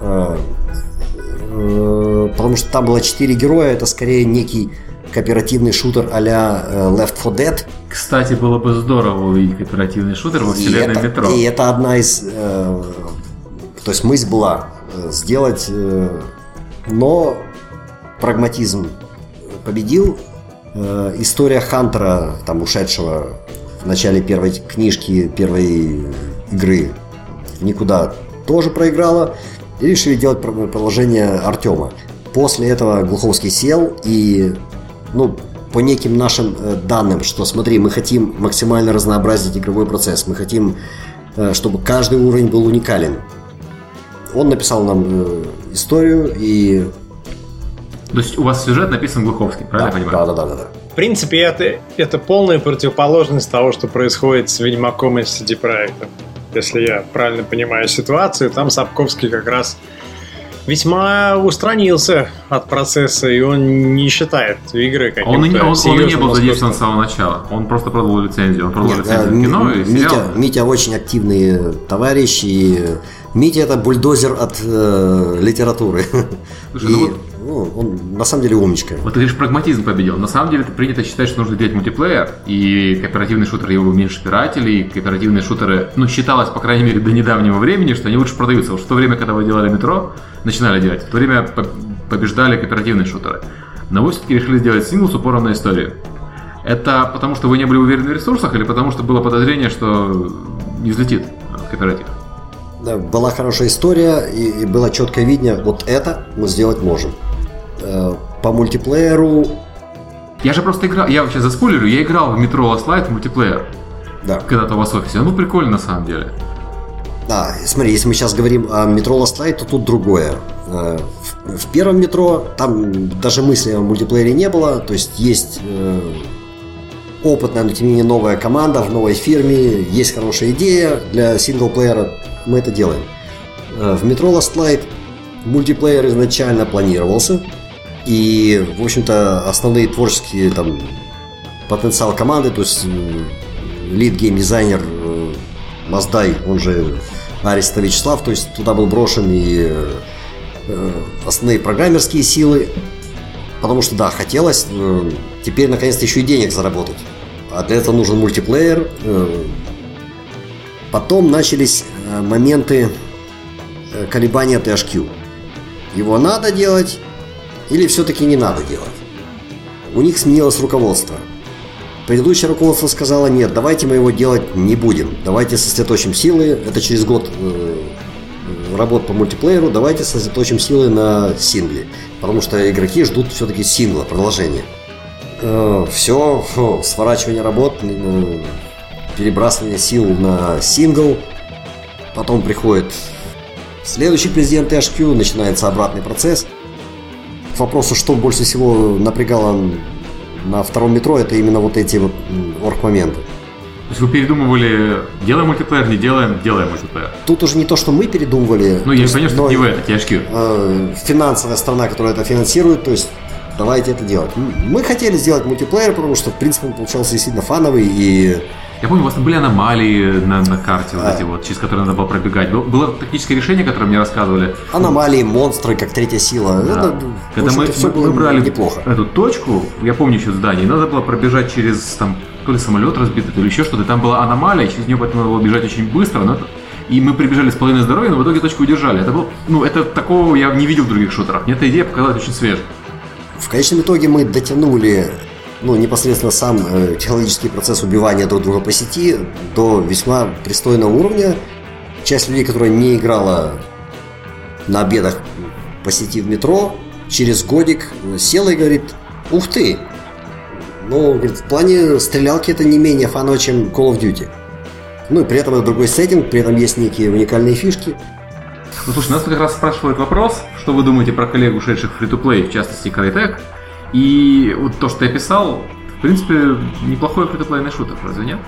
Потому что там было 4 героя, это скорее некий кооперативный шутер а-ля Left 4 Dead. Кстати, было бы здорово увидеть кооперативный шутер во вселенной «Метро». И это одна из... То есть мысль была сделать... Но прагматизм победил. История Хантера, там ушедшего в начале первой книжки, первой игры, никуда тоже проиграла. И решили делать продолжение Артема. После этого Глуховский сел и, по неким нашим данным, что смотри, мы хотим максимально разнообразить игровой процесс, мы хотим, чтобы каждый уровень был уникален. Он написал нам историю и... То есть у вас сюжет написан Глуховским, правильно я понимаю? Да. В принципе, это полная противоположность того, что происходит с Ведьмаком и CD Projekt'ом. Если я правильно понимаю ситуацию, там Сапковский как раз весьма устранился от процесса, и он не считает игры каким-то он и не был задействован искусством. с самого начала. Он просто продал лицензию. Он продал лицензию в кино и сериал. Митя очень активный товарищ, и Митя это бульдозер от литературы. Слушай, он на самом деле умничка. Вот ты говоришь, прагматизм победил. На самом деле принято считать, что нужно делать мультиплеер, и кооперативный шутер его меньше пирателей, и кооперативные шутеры, считалось, по крайней мере, до недавнего времени, что они лучше продаются. Вот в то время, когда вы делали «Метро», начинали делать, в то время побеждали кооперативные шутеры. Но вы все-таки решили сделать сингл с упором на историю. Это потому, что вы не были уверены в ресурсах, или потому, что было подозрение, что не взлетит кооператив? Да, была хорошая история, и было четкое видение, вот это мы сделать можем. По мультиплееру... Я же просто играл, я сейчас заспойлерю, я играл в «Метро Last Light» в мультиплеер. когда-то у вас в офисе. Ну, прикольно на самом деле. Да, смотри, если мы сейчас говорим о метро Last Light, то тут другое. В первом метро там даже мысли о мультиплеере не было. То есть опытная, но тем не менее новая команда в новой фирме, есть хорошая идея для синглплеера, мы это делаем. В метро Last Light мультиплеер изначально планировался, и, в общем-то, основные творческие там потенциал команды, то есть лид-гейм-дизайнер Маздай, он же Аристов Вячеслав, то есть туда был брошен и основные программерские силы, потому что, да, хотелось теперь наконец-то еще и денег заработать, а для этого нужен мультиплеер. Потом начались моменты колебания THQ. Его надо делать или все-таки не надо делать? У них сменилось руководство. Предыдущее руководство сказало: нет, давайте мы его делать не будем. Давайте сосредоточим силы. Это через год работ по мультиплееру. Давайте сосредоточим силы на сингле. Потому что игроки ждут все-таки сингла, продолжения. Все, сворачивание работ, перебрасывание сил на сингл. Потом приходит следующий президент THQ, начинается обратный процесс. К вопросу, что больше всего напрягало на втором метро, это именно вот эти вот орг-моменты. То есть вы передумывали, делаем мультиплеер, не делаем мультиплеер? Тут уже не то, что мы передумывали. Ну, я понимаю, что не вы, это THQ. Финансовая сторона, которая это финансирует, то есть давайте это делать. Мы хотели сделать мультиплеер, потому что, в принципе, он получался действительно фановый и... Я помню, у вас там были аномалии на карте, вот эти вот, через которые надо было пробегать. Было тактическое решение, которое мне рассказывали. Аномалии, монстры, как третья сила. Да. Это, когда мы брали неплохо. Эту точку, я помню еще здание, надо было пробежать через там то ли самолет разбитый, то ли еще что-то. Там была аномалия, через нее поэтому надо было бежать очень быстро. И мы прибежали с половиной здоровья, но в итоге точку удержали. Это было, это такого я не видел в других шутерах. Мне эта идея показалась очень свежей. В конечном итоге мы дотянули непосредственно сам технологический процесс убивания друг друга по сети до весьма пристойного уровня. Часть людей, которая не играла на обедах по сети в метро, через годик села и говорит: ух ты! Говорит, в плане стрелялки это не менее фаново, чем Call of Duty. И при этом это другой сеттинг, при этом есть некие уникальные фишки. Слушай, нас как раз спрашивают вопрос, что вы думаете про коллег, ушедших в free-to-play, в частности Crytek. И вот то, что я писал, в принципе, неплохой фри-то-плейный шутер, разве нет?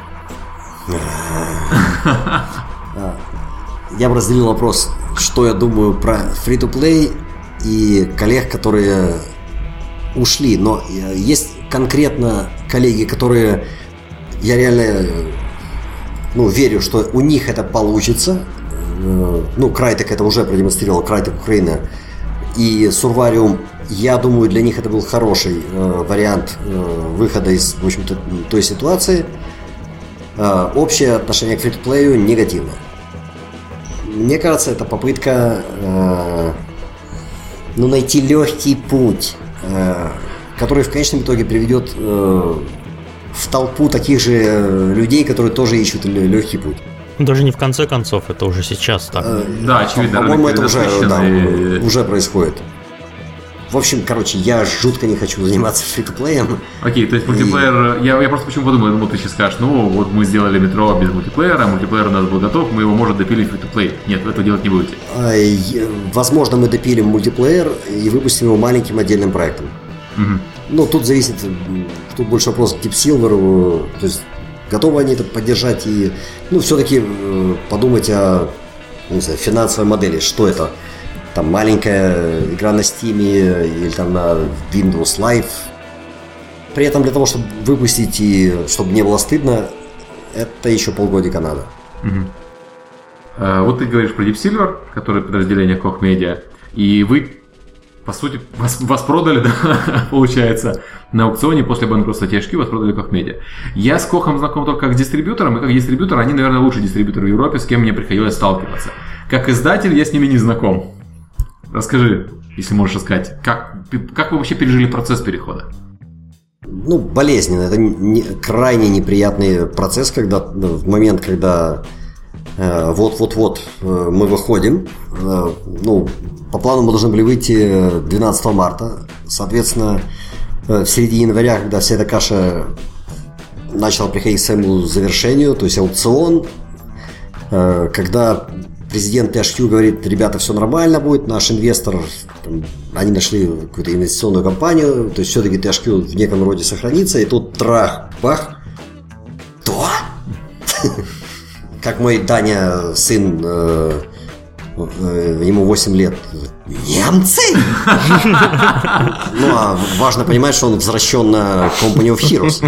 Я бы разделил вопрос, что я думаю про фри-то-плей и коллег, которые ушли. Но есть конкретно коллеги, которые я реально верю, что у них это получится. Crytek это уже продемонстрировал, Crytek Украина. И Survarium, я думаю, для них это был хороший вариант выхода из, в общем-то, той ситуации. Общее отношение к фри-то-плею негативное. Мне кажется, это попытка найти легкий путь, который в конечном итоге приведет в толпу таких же людей, которые тоже ищут легкий путь. Даже не в конце концов, это уже сейчас так. Да, очевидно. По-моему, это уже происходит. В общем, я жутко не хочу заниматься фри-то-плеем. Окей, то есть мультиплеер... Я просто почему подумал, ты сейчас скажешь, вот мы сделали метро без мультиплеера, мультиплеер у нас был готов, мы его, может, допилить фри-то-плей. Нет, вы этого делать не будете. Возможно, мы допилим мультиплеер и выпустим его маленьким отдельным проектом. Угу. Тут зависит... Тут больше вопрос к Deep Silver, то есть готовы они это поддержать и, все-таки подумать о финансовой модели, что это, там маленькая игра на Steam или там на Windows Live. При этом для того, чтобы выпустить и чтобы не было стыдно, это еще полгодика надо. Угу. Вот ты говоришь про Deep Silver, который подразделение Koch Media, и вы, по сути, вас продали, да, получается, на аукционе после банкротства THQ вас продали Koch Media. Я с Кохом знаком только как с дистрибьютором, и как дистрибьютор они, наверное, лучший дистрибьютор в Европе, с кем мне приходилось сталкиваться. Как издатель я с ними не знаком. Расскажи, если можешь рассказать, как вы вообще пережили процесс перехода? Болезненно. Это крайне неприятный процесс, когда в момент, когда вот-вот-вот мы выходим. По плану мы должны были выйти 12 марта. Соответственно, в середине января, когда вся эта каша начало приходить к своему завершению, то есть аукцион, когда президент THQ говорит, ребята, все нормально будет, наш инвестор, там, они нашли какую-то инвестиционную компанию, то есть все-таки THQ в неком роде сохранится, и тут трах, бах, то? Как мой Даня, сын, ему 8 лет, немцы? Ну, а важно понимать, что он возвращен на Company of Heroes.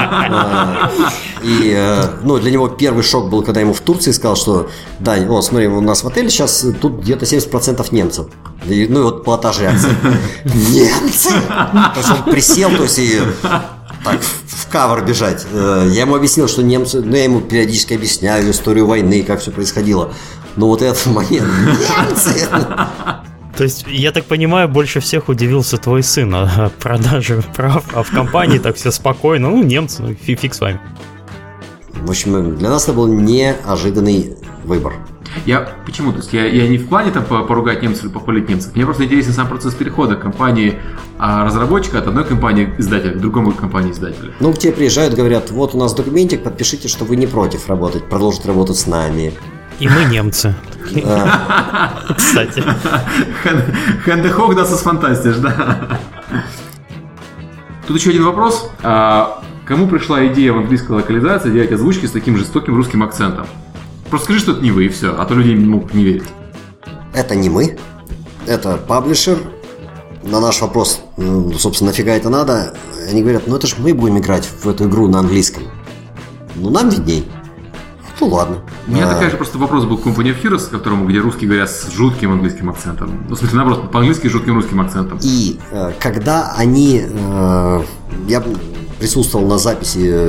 И, ну, для него первый шок был, когда ему в Турции сказал, что Дань, о, смотри, у нас в отеле сейчас тут где-то 70% немцев. И, ну, и вот пилотаж реакции. Немцы? То есть он присел, то есть и так в кавер бежать. Я ему объяснил, что немцы, ну, я ему периодически объясняю историю войны, как все происходило. Но вот этот момент, немцы! То есть, я так понимаю, больше всех удивился твой сын о продаже прав, а в компании так все спокойно, ну, немцы, ну, фиг с вами. В общем, для нас это был неожиданный выбор. Почему? То есть я не в плане там поругать немцев или похвалить немцев. Мне просто интересен сам процесс перехода компании разработчика от одной компании издателя к другому компании издателя. Ну, к тебе приезжают, говорят, вот у нас документик, подпишите, что вы не против работать, продолжить работать с нами. И мы немцы. Кстати. Хэндехок нас фантастиш, да. Тут еще один вопрос. Кому пришла идея в английской локализации делать озвучки с таким жестоким русским акцентом? Просто скажи, что это не вы, и все, а то люди могут не верить. Это не мы. Это паблишер. На наш вопрос, собственно, нафига это надо, они говорят, ну это же мы будем играть в эту игру на английском. Ну, нам видней. Ну, ладно. У меня такой же просто вопрос был к Company of Heroes, которому, где русские говорят с жутким английским акцентом. Ну, в смысле, наоборот, по-английски с жутким русским акцентом. И когда они... я присутствовал на записи...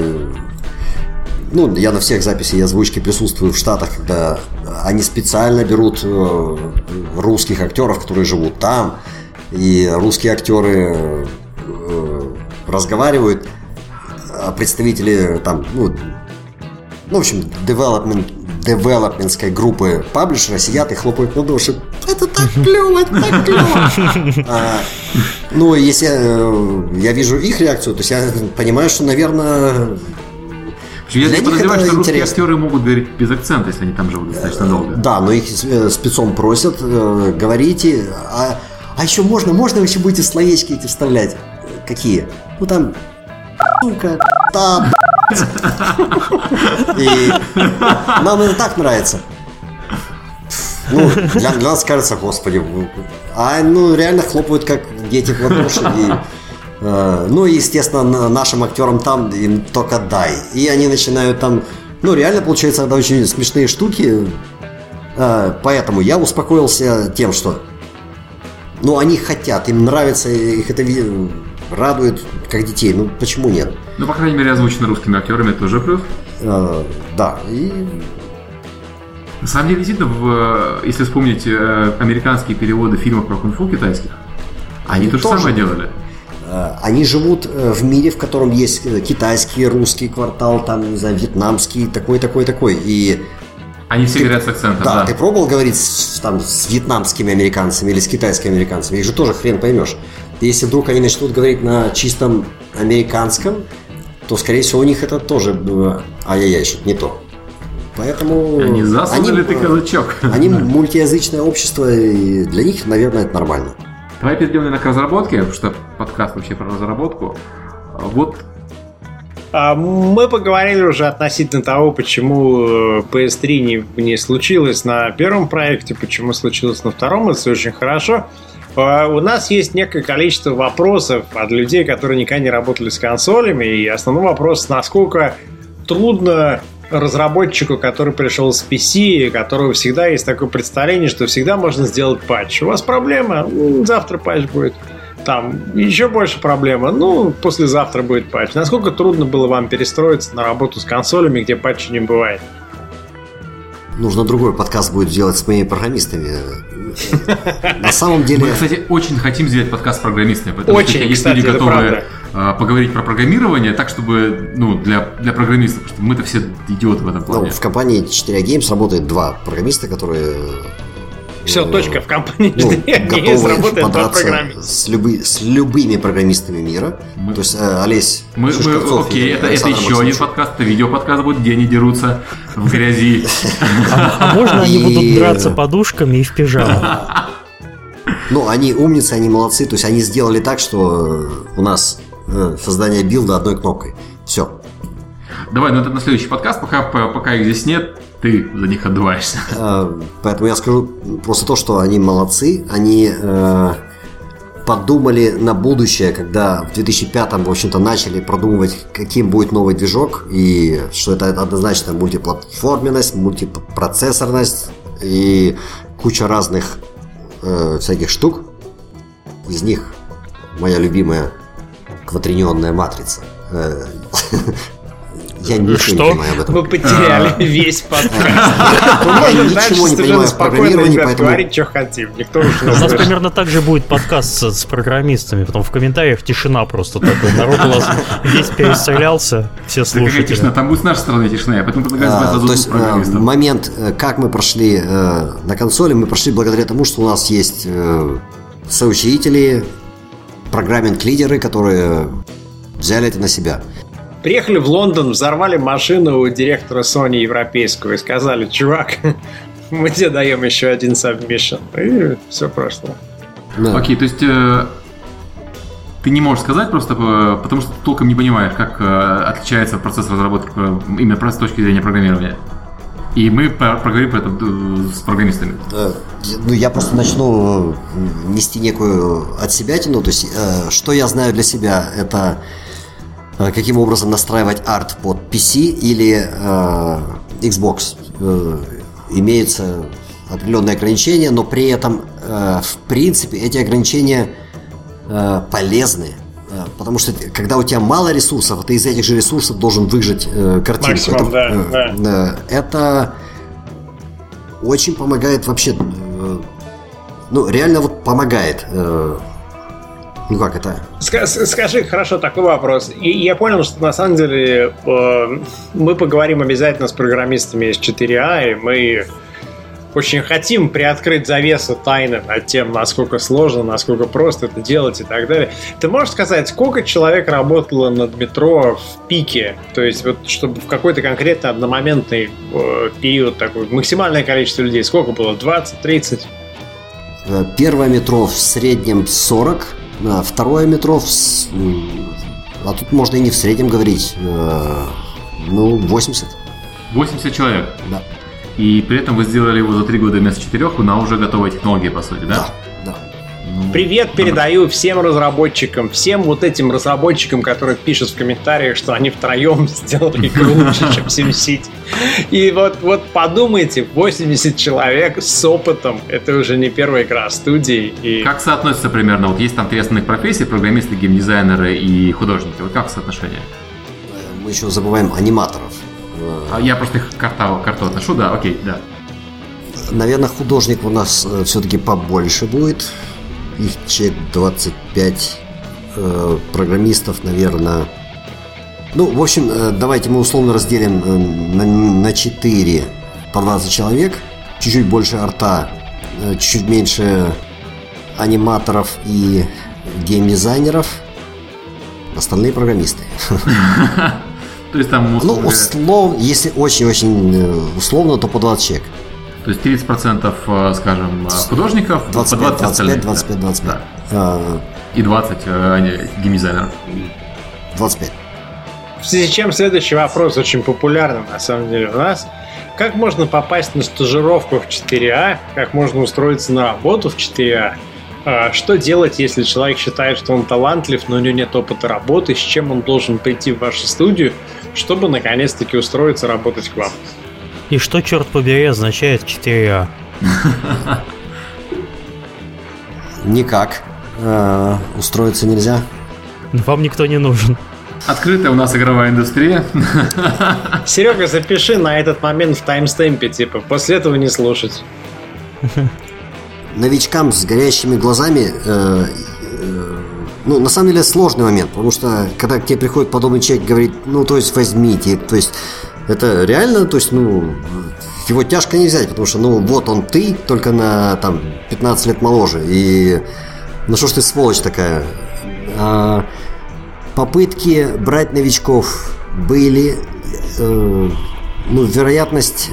Ну, я на всех записях и озвучке присутствую в Штатах, когда они специально берут русских актеров, которые живут там, и русские актеры разговаривают, а представители там, ну, в общем, девелопментской группы паблишера сидят и хлопают в ладоши. Это так клево, это так клево. Ну, если я вижу их реакцию, то есть я понимаю, что, наверное... Я подозреваю, что русские актеры могут говорить без акцента, если они там живут достаточно долго. Да, но их спецом просят, говорите. А еще можно еще будете словечки эти вставлять? Какие? Ну там, сука, там. И нам это так нравится. Ну, для нас кажется, господи. А ну реально хлопают, как дети в ладоши. Ну, естественно, нашим актерам там им только дай. И они начинают там... Ну, реально, получается, это очень смешные штуки. Поэтому я успокоился тем, что... Ну, они хотят, им нравится, их это радует, как детей. Ну, почему нет? Ну, по крайней мере, озвучено русскими актерами, это уже плюс. Да, и... На самом деле, действительно, если вспомнить американские переводы фильмов про кунг-фу китайских, они то же самое делали. Они живут в мире, в котором есть китайский, русский квартал, там, не знаю, вьетнамский, такой. И они все говорят с акцентом, да. Ты пробовал говорить там, с вьетнамскими американцами или с китайскими американцами? Их же тоже хрен поймешь. И если вдруг они начнут говорить на чистом американском, то, скорее всего, у них это тоже ай-яй-яй, что-то не то. Поэтому... Они засунули ты казачок. Они мультиязычное общество, и для них, наверное, это нормально. Давай перейдем, наверное, к разработке, потому что подкаст вообще про разработку. Вот. Мы поговорили уже относительно того, почему PS3 не случилось на первом проекте, почему случилось на втором, это все очень хорошо. У нас есть некое количество вопросов от людей, которые никогда не работали с консолями, и основной вопрос, насколько трудно разработчику, который пришел с PC, у которого всегда есть такое представление, что всегда можно сделать патч. У вас проблема? Завтра патч будет. Там еще больше проблема. Послезавтра будет патч. Насколько трудно было вам перестроиться на работу с консолями, где патча не бывает? Нужно другой подкаст будет делать с моими программистами. На самом деле... Мы, кстати, очень хотим сделать подкаст с программистами. Потому что есть люди, готовые поговорить про программирование так, чтобы, для программистов, потому что мы-то все идиоты в этом плане. В компании 4A Games работает два программиста, которые Все, точка, в компании готовы работает два подраться программиста. с любыми программистами мира. То есть Олесь Шишковцов окей, и это Александр еще один Максимович. подкаст, это видеоподкаст будет, где они дерутся в грязи. А можно они будут драться подушками и в пижамах? Ну, они умницы, они молодцы. То есть они сделали так, что у нас создание билда одной кнопкой. Все. Давай, ну это на следующий подкаст, пока их здесь нет, ты за них отдуваешься. Поэтому я скажу просто то, что они молодцы. Они подумали на будущее, когда в 2005-м, в общем-то, начали продумывать, каким будет новый движок, и что это однозначно мультиплатформенность, мультипроцессорность и куча разных всяких штук. Из них моя любимая квадринионная матрица. Я ничего не понимаю об этом. Мы потеряли весь подкаст. Мы Я можем дальше ничего не совершенно понимаю в спокойно, программировании, ребят, поэтому... говорить, что хотим. Никто уж У нас примерно так же будет подкаст с программистами, потом в комментариях тишина просто такой. Народ у нас весь перестрелялся, все Да какая тишина, слушатели. там будет с нашей стороны тишина, я поэтому предлагаю звать сразу То есть двух программистов. момент, как мы прошли на консоли, мы прошли благодаря тому, что у нас есть соучредители, программинг-лидеры, которые взяли это на себя. Приехали в Лондон, взорвали машину у директора Sony европейского и сказали: чувак, мы тебе даем еще один submission. И все прошло. Да. Окей, то есть ты не можешь сказать просто, потому что ты толком не понимаешь, как отличается процесс разработки именно просто с точки зрения программирования. И мы поговорим про это с программистами. Ну, я просто начну нести некую отсебятину. То есть, что я знаю для себя, это каким образом настраивать арт под PC или Xbox. Имеются определенные ограничения, но при этом, в принципе, эти ограничения полезны. Потому что когда у тебя мало ресурсов, ты из этих же ресурсов должен выжать картинку. Максимум, да. Это очень помогает вообще. Ну, реально вот помогает. Ну как это? Скажи, хорошо, такой вопрос. И я понял, что на самом деле мы поговорим обязательно с программистами из 4А, и мы очень хотим приоткрыть завесу тайны над тем, насколько сложно, насколько просто это делать и так далее. Ты можешь сказать, сколько человек работало над метро в пике? То есть, вот, чтобы в какой-то конкретно одномоментный период такой, максимальное количество людей, сколько было? 20, 30? Первое метро в среднем 40, второе метро, а тут можно и не в среднем говорить, 80. 80 человек. Да. И при этом вы сделали его за 3 года вместо 4 на уже готовой технологии, по сути, да? Да. Привет передаю всем разработчикам, всем вот этим разработчикам, которые пишут в комментариях, что они втроем сделали игру лучше, чем SimCity. И вот подумайте, 80 человек с опытом, это уже не первая игра студии. И... Как соотносится примерно? Вот есть там 3 основных профессии: программисты, геймдизайнеры и художники. Вот как соотношение? Мы еще забываем аниматоров. Я просто их карту отношу, да, окей, да. Наверное, художник у нас все-таки побольше будет. Их человек 25. Программистов, наверное. Ну, в общем, давайте мы условно разделим на 4 по 20 человек. Чуть-чуть больше арта, чуть меньше аниматоров и геймдизайнеров. Остальные программисты. То есть там условно, если очень-очень условно, то по 20 человек. То есть 30%, скажем, художников, 25, по 20 остальных. 25. Да. И 20 геймдизайнеров. 25. В связи с чем следующий вопрос очень популярный на самом деле у нас. Как можно попасть на стажировку в 4А? Как можно устроиться на работу в 4А? Что делать, если человек считает, что он талантлив, но у него нет опыта работы? С чем он должен прийти в вашу студию, чтобы наконец-таки устроиться работать к вам? И что, черт побери, означает 4А? Никак. Устроиться нельзя. Вам никто не нужен. Открытая у нас игровая индустрия. Серега, запиши на этот момент в таймстемпе, типа, после этого не слушать. Новичкам с горящими глазами, на самом деле сложный момент, потому что когда к тебе приходит подобный человек и говорит, то есть возьмите, то есть это реально, то есть, его тяжко не взять, потому что, ну, вот он ты, только на, там, 15 лет моложе. И, ну, что ж ты сволочь такая. Попытки брать новичков были, ну, вероятность,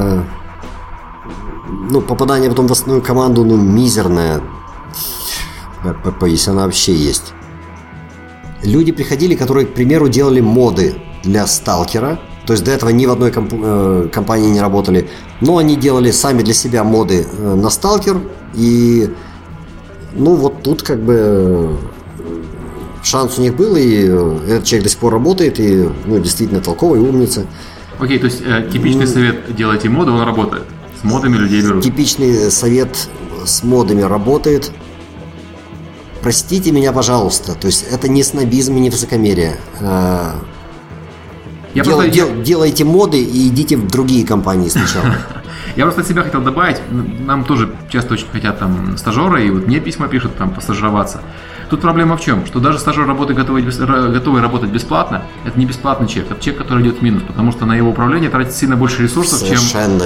ну, попадания потом в основную команду, ну, мизерная, если она вообще есть. Люди приходили, которые, к примеру, делали моды для Сталкера. То есть до этого ни в одной компании не работали. Но они делали сами для себя моды на Сталкер. И, ну, вот тут как бы шанс у них был. И этот человек до сих пор работает. И, ну, действительно толковый, умница. Окей, то есть типичный совет делайте моды, он работает. С модами людей берут. Типичный совет с модами работает. Простите меня, пожалуйста. То есть это не снобизм и не высокомерие. Делайте моды и идите в другие компании сначала. Я просто от себя хотел добавить. Нам тоже часто очень хотят там стажеры, и вот мне письма пишут там постажироваться. Тут проблема в чем? Что даже стажер готовый работать бесплатно, это не бесплатный чек, это чек, который идет в минус, потому что на его управление тратится сильно больше ресурсов, чем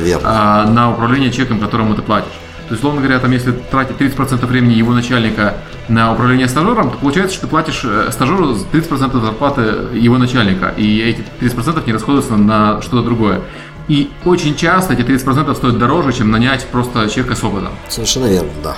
на управление чеком, которому ты платишь. То есть, условно говоря, там, если тратить 30% времени его начальника на управление стажером, то получается, что ты платишь стажеру 30% зарплаты его начальника, и эти 30% не расходуются на что-то другое. И очень часто эти 30% стоят дороже, чем нанять просто человека с опытом. Совершенно верно, да.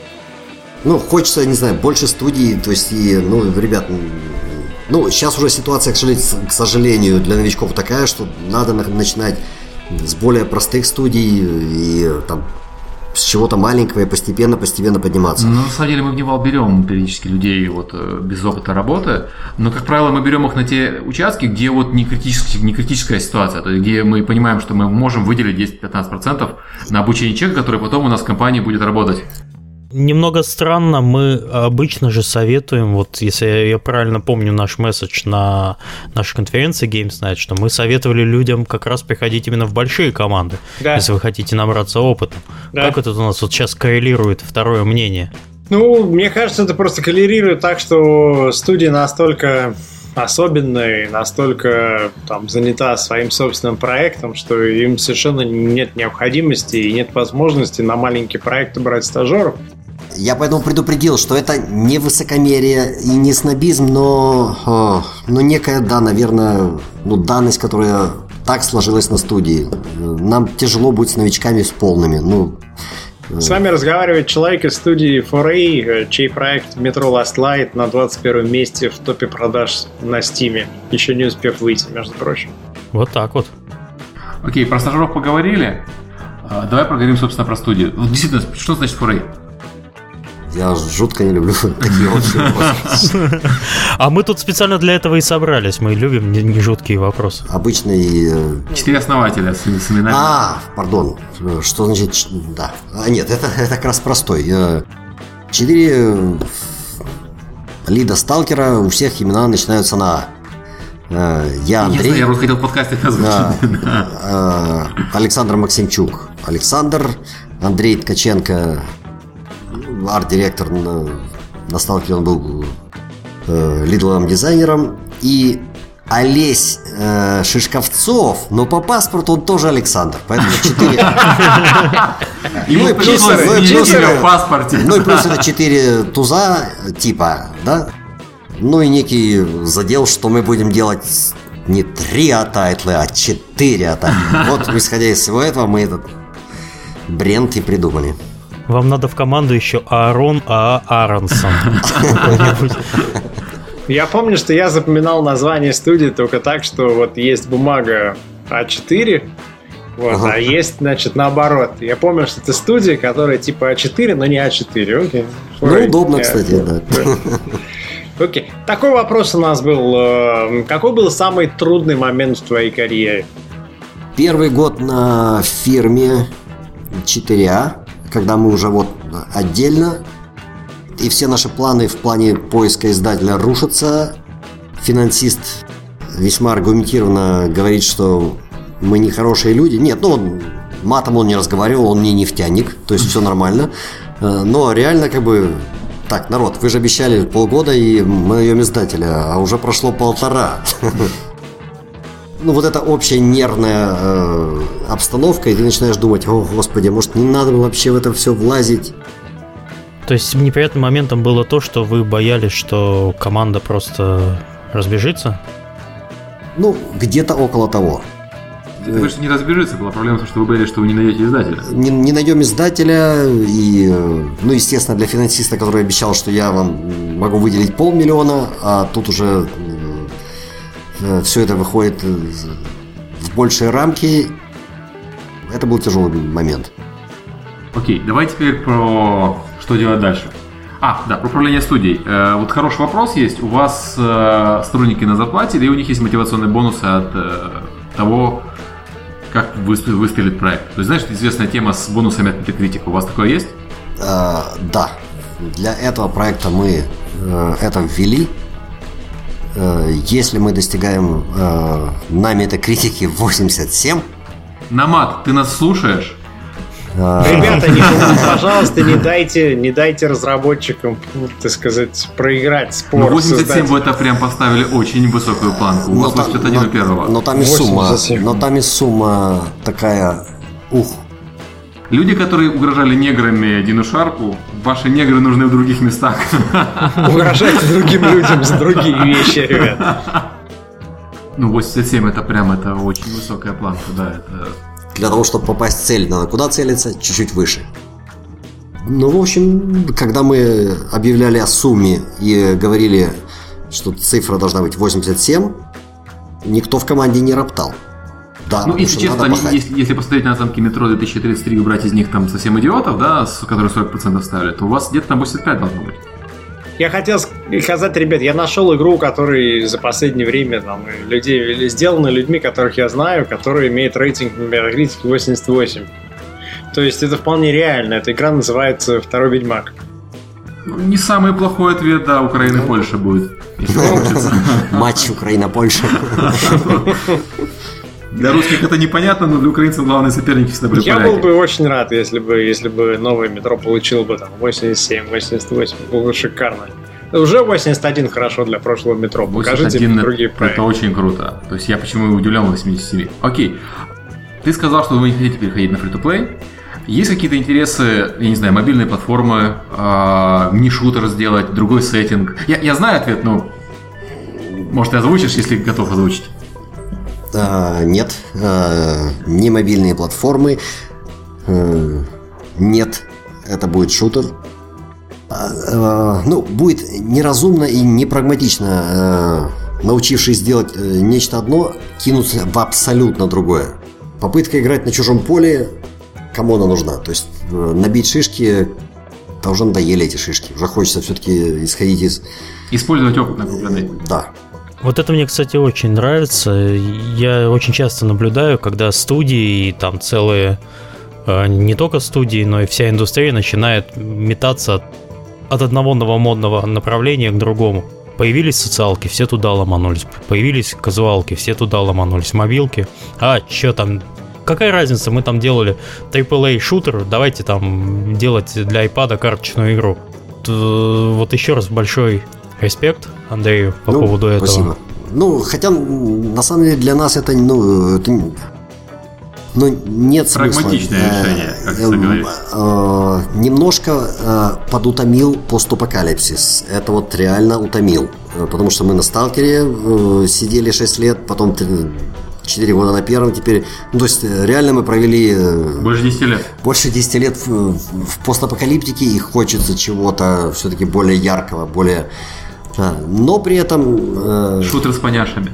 Ну, хочется, не знаю, больше студий, то есть, и, ну, ребят, ну, сейчас уже ситуация, к сожалению, для новичков такая, что надо начинать с более простых студий и там с чего-то маленького и постепенно подниматься. Ну, на самом деле мы в Невал берем периодически людей вот без опыта работы, но, как правило, мы берем их на те участки, где вот не критическая ситуация, то есть где мы понимаем, что мы можем выделить 10-15% на обучение человека, который потом у нас в компании будет работать. Немного странно, мы обычно же советуем, вот если я правильно помню наш месседж на нашей конференции Games Night, что мы советовали людям как раз приходить именно в большие команды, да, если вы хотите набраться опыта. Да. Как это у нас вот сейчас коррелирует второе мнение? Ну, мне кажется, это просто коррелирует так, что студия настолько особенная, настолько там занята своим собственным проектом, что им совершенно нет необходимости и нет возможности на маленькие проекты брать стажеров. Я поэтому предупредил, что это не высокомерие и не снобизм, но некая, да, наверное, данность, которая так сложилась на студии. Нам тяжело быть с новичками, с полными. С вами разговаривает человек из студии 4A, чей проект Metro Last Light на 21 месте в топе продаж на Steam, еще не успев выйти, между прочим. Вот так вот. Окей, про стажеров поговорили. Давай поговорим, собственно, про студию. Действительно, что значит 4A? Я жутко не люблю такие общие вопросы. А мы тут специально для этого и собрались. Мы любим не жуткие вопросы. Обычный... 4 основателя с именами. Пардон. Что значит... Да. Нет, это как раз простой. 4 лида сталкера, у всех имена начинаются на А. Я Андрей. Я хотел в подкасте озвучить. Александр Максимчук. Александр. Андрей Ткаченко, арт-директор на Сталкере, он был лидовым дизайнером. И Олесь Шишковцов, но по паспорту он тоже Александр. Поэтому 4. Ну и плюс в паспорте. Ну и плюс это 4 туза типа, да? Ну и некий задел, что мы будем делать не 3 атайтлы, а 4 атайтлы. Вот исходя из всего этого мы этот бренд и придумали. Вам надо в команду еще Аарон Аронсон. Я помню, что я запоминал название студии только так, что вот есть бумага А4, вот, а есть, значит, наоборот. Я помню, что это студия, которая типа А4, но не А4. Окей. Ну, удобно, кстати, да. Окей. Такой вопрос у нас был. Какой был самый трудный момент в твоей карьере? Первый год на фирме 4А, когда мы уже вот отдельно, и все наши планы в плане поиска издателя рушатся. Финансист весьма аргументированно говорит, что мы не хорошие люди. Нет, матом он не разговаривал, он не нефтяник, то есть все нормально. Но реально как бы... Так, народ, вы же обещали полгода, и мы даем издателя, а уже прошло 1,5. вот эта общая нервная обстановка, и ты начинаешь думать: о, господи, может, не надо было вообще в это все влазить. То есть неприятным моментом было то, что вы боялись, что команда просто разбежится? Ну, где-то около того. Потому что не разбежится, была проблема в том, что вы боялись, что вы не найдете издателя. Не найдем издателя, и, ну, естественно, для финансиста, который обещал, что я вам могу выделить 500 000, а тут уже все это выходит в большие рамки, это был тяжелый момент. Окей, давай теперь про что делать дальше. Да, про управление студией. Вот хороший вопрос есть. У вас сотрудники на зарплате, или у них есть мотивационные бонусы от того, как выстрелит проект? То есть, знаешь, известная тема с бонусами от Metacritic. У вас такое есть? Да. Для этого проекта мы это ввели. Если мы достигаем на Metacritic 87... Намат, ты нас слушаешь? Ребята, пожалуйста, не дайте разработчикам, так сказать, проиграть спор. Ну, 87 вы это прям поставили очень высокую планку. У вас 81 у первого. Но там и сумма такая. Люди, которые угрожали неграми Дину Шарпу, ваши негры нужны в других местах. Угрожайте другим людям за другие вещи, ребят. Ну, 87 это очень высокая планка, да, это... Для того, чтобы попасть в цель, надо куда целиться? Чуть-чуть выше. Ну, в общем, когда мы объявляли о сумме и говорили, что цифра должна быть 87, никто в команде не роптал. Да, ну, если честно, если посмотреть на оценки Метро 2033 и убрать из них там совсем идиотов, да, которые 40% ставили, то у вас где-то там 85 должно быть. Я хотел сказать, ребят, я нашел игру, которая за последнее время там, людей сделана людьми, которых я знаю, которая имеет рейтинг на Metacritic 88. То есть это вполне реально. Эта игра называется «Второй Ведьмак». Ну, не самый плохой ответ, да, Украина и Польша будет. Матч Украина-Польша. Для русских это непонятно, но для украинцев главные соперники всегда были поляки. Я был бы очень рад, если бы новое метро получило бы там 87, 88. Было бы шикарно. Уже 81 хорошо для прошлого метро. Покажите другие проекты. Это очень круто. То есть я почему удивлен 87. Окей. Ты сказал, что вы не хотите переходить на free-to-play. Есть какие-то интересы, я не знаю, мобильные платформы, мини-шутер сделать, другой сеттинг? Я знаю ответ, но может ты озвучишь, если готов озвучить? Нет, не мобильные платформы, нет, это будет шутер. Ну, будет неразумно и непрагматично, научившись делать нечто одно, кинуться в абсолютно другое. Попытка играть на чужом поле, кому она нужна? То есть набить шишки, да уже надоели эти шишки, уже хочется все-таки исходить из... Использовать опыт накопленный. Да. Вот это мне, кстати, очень нравится. Я очень часто наблюдаю, когда студии, там целые, не только студии, но и вся индустрия начинает метаться от одного новомодного направления к другому. Появились социалки, все туда ломанулись. Появились казуалки, все туда ломанулись. Мобилки. Что там? Какая разница, мы там делали AAA-шутер, давайте там делать для iPad карточную игру. Вот еще раз большой респект Андрею по поводу этого. Спасибо. Ну, хотя, на самом деле, для нас это, нет смысла. Прагматичное решение, как ты говоришь. Немножко подутомил постапокалипсис. Это вот реально утомил. Потому что мы на Сталкере сидели 6 лет, потом 4 года на первом, теперь... Ну, то есть, реально мы провели... Больше 10 лет. Больше 10 лет в постапокалиптике, и хочется чего-то все-таки более яркого, более... Но при этом... Шутер с поняшами.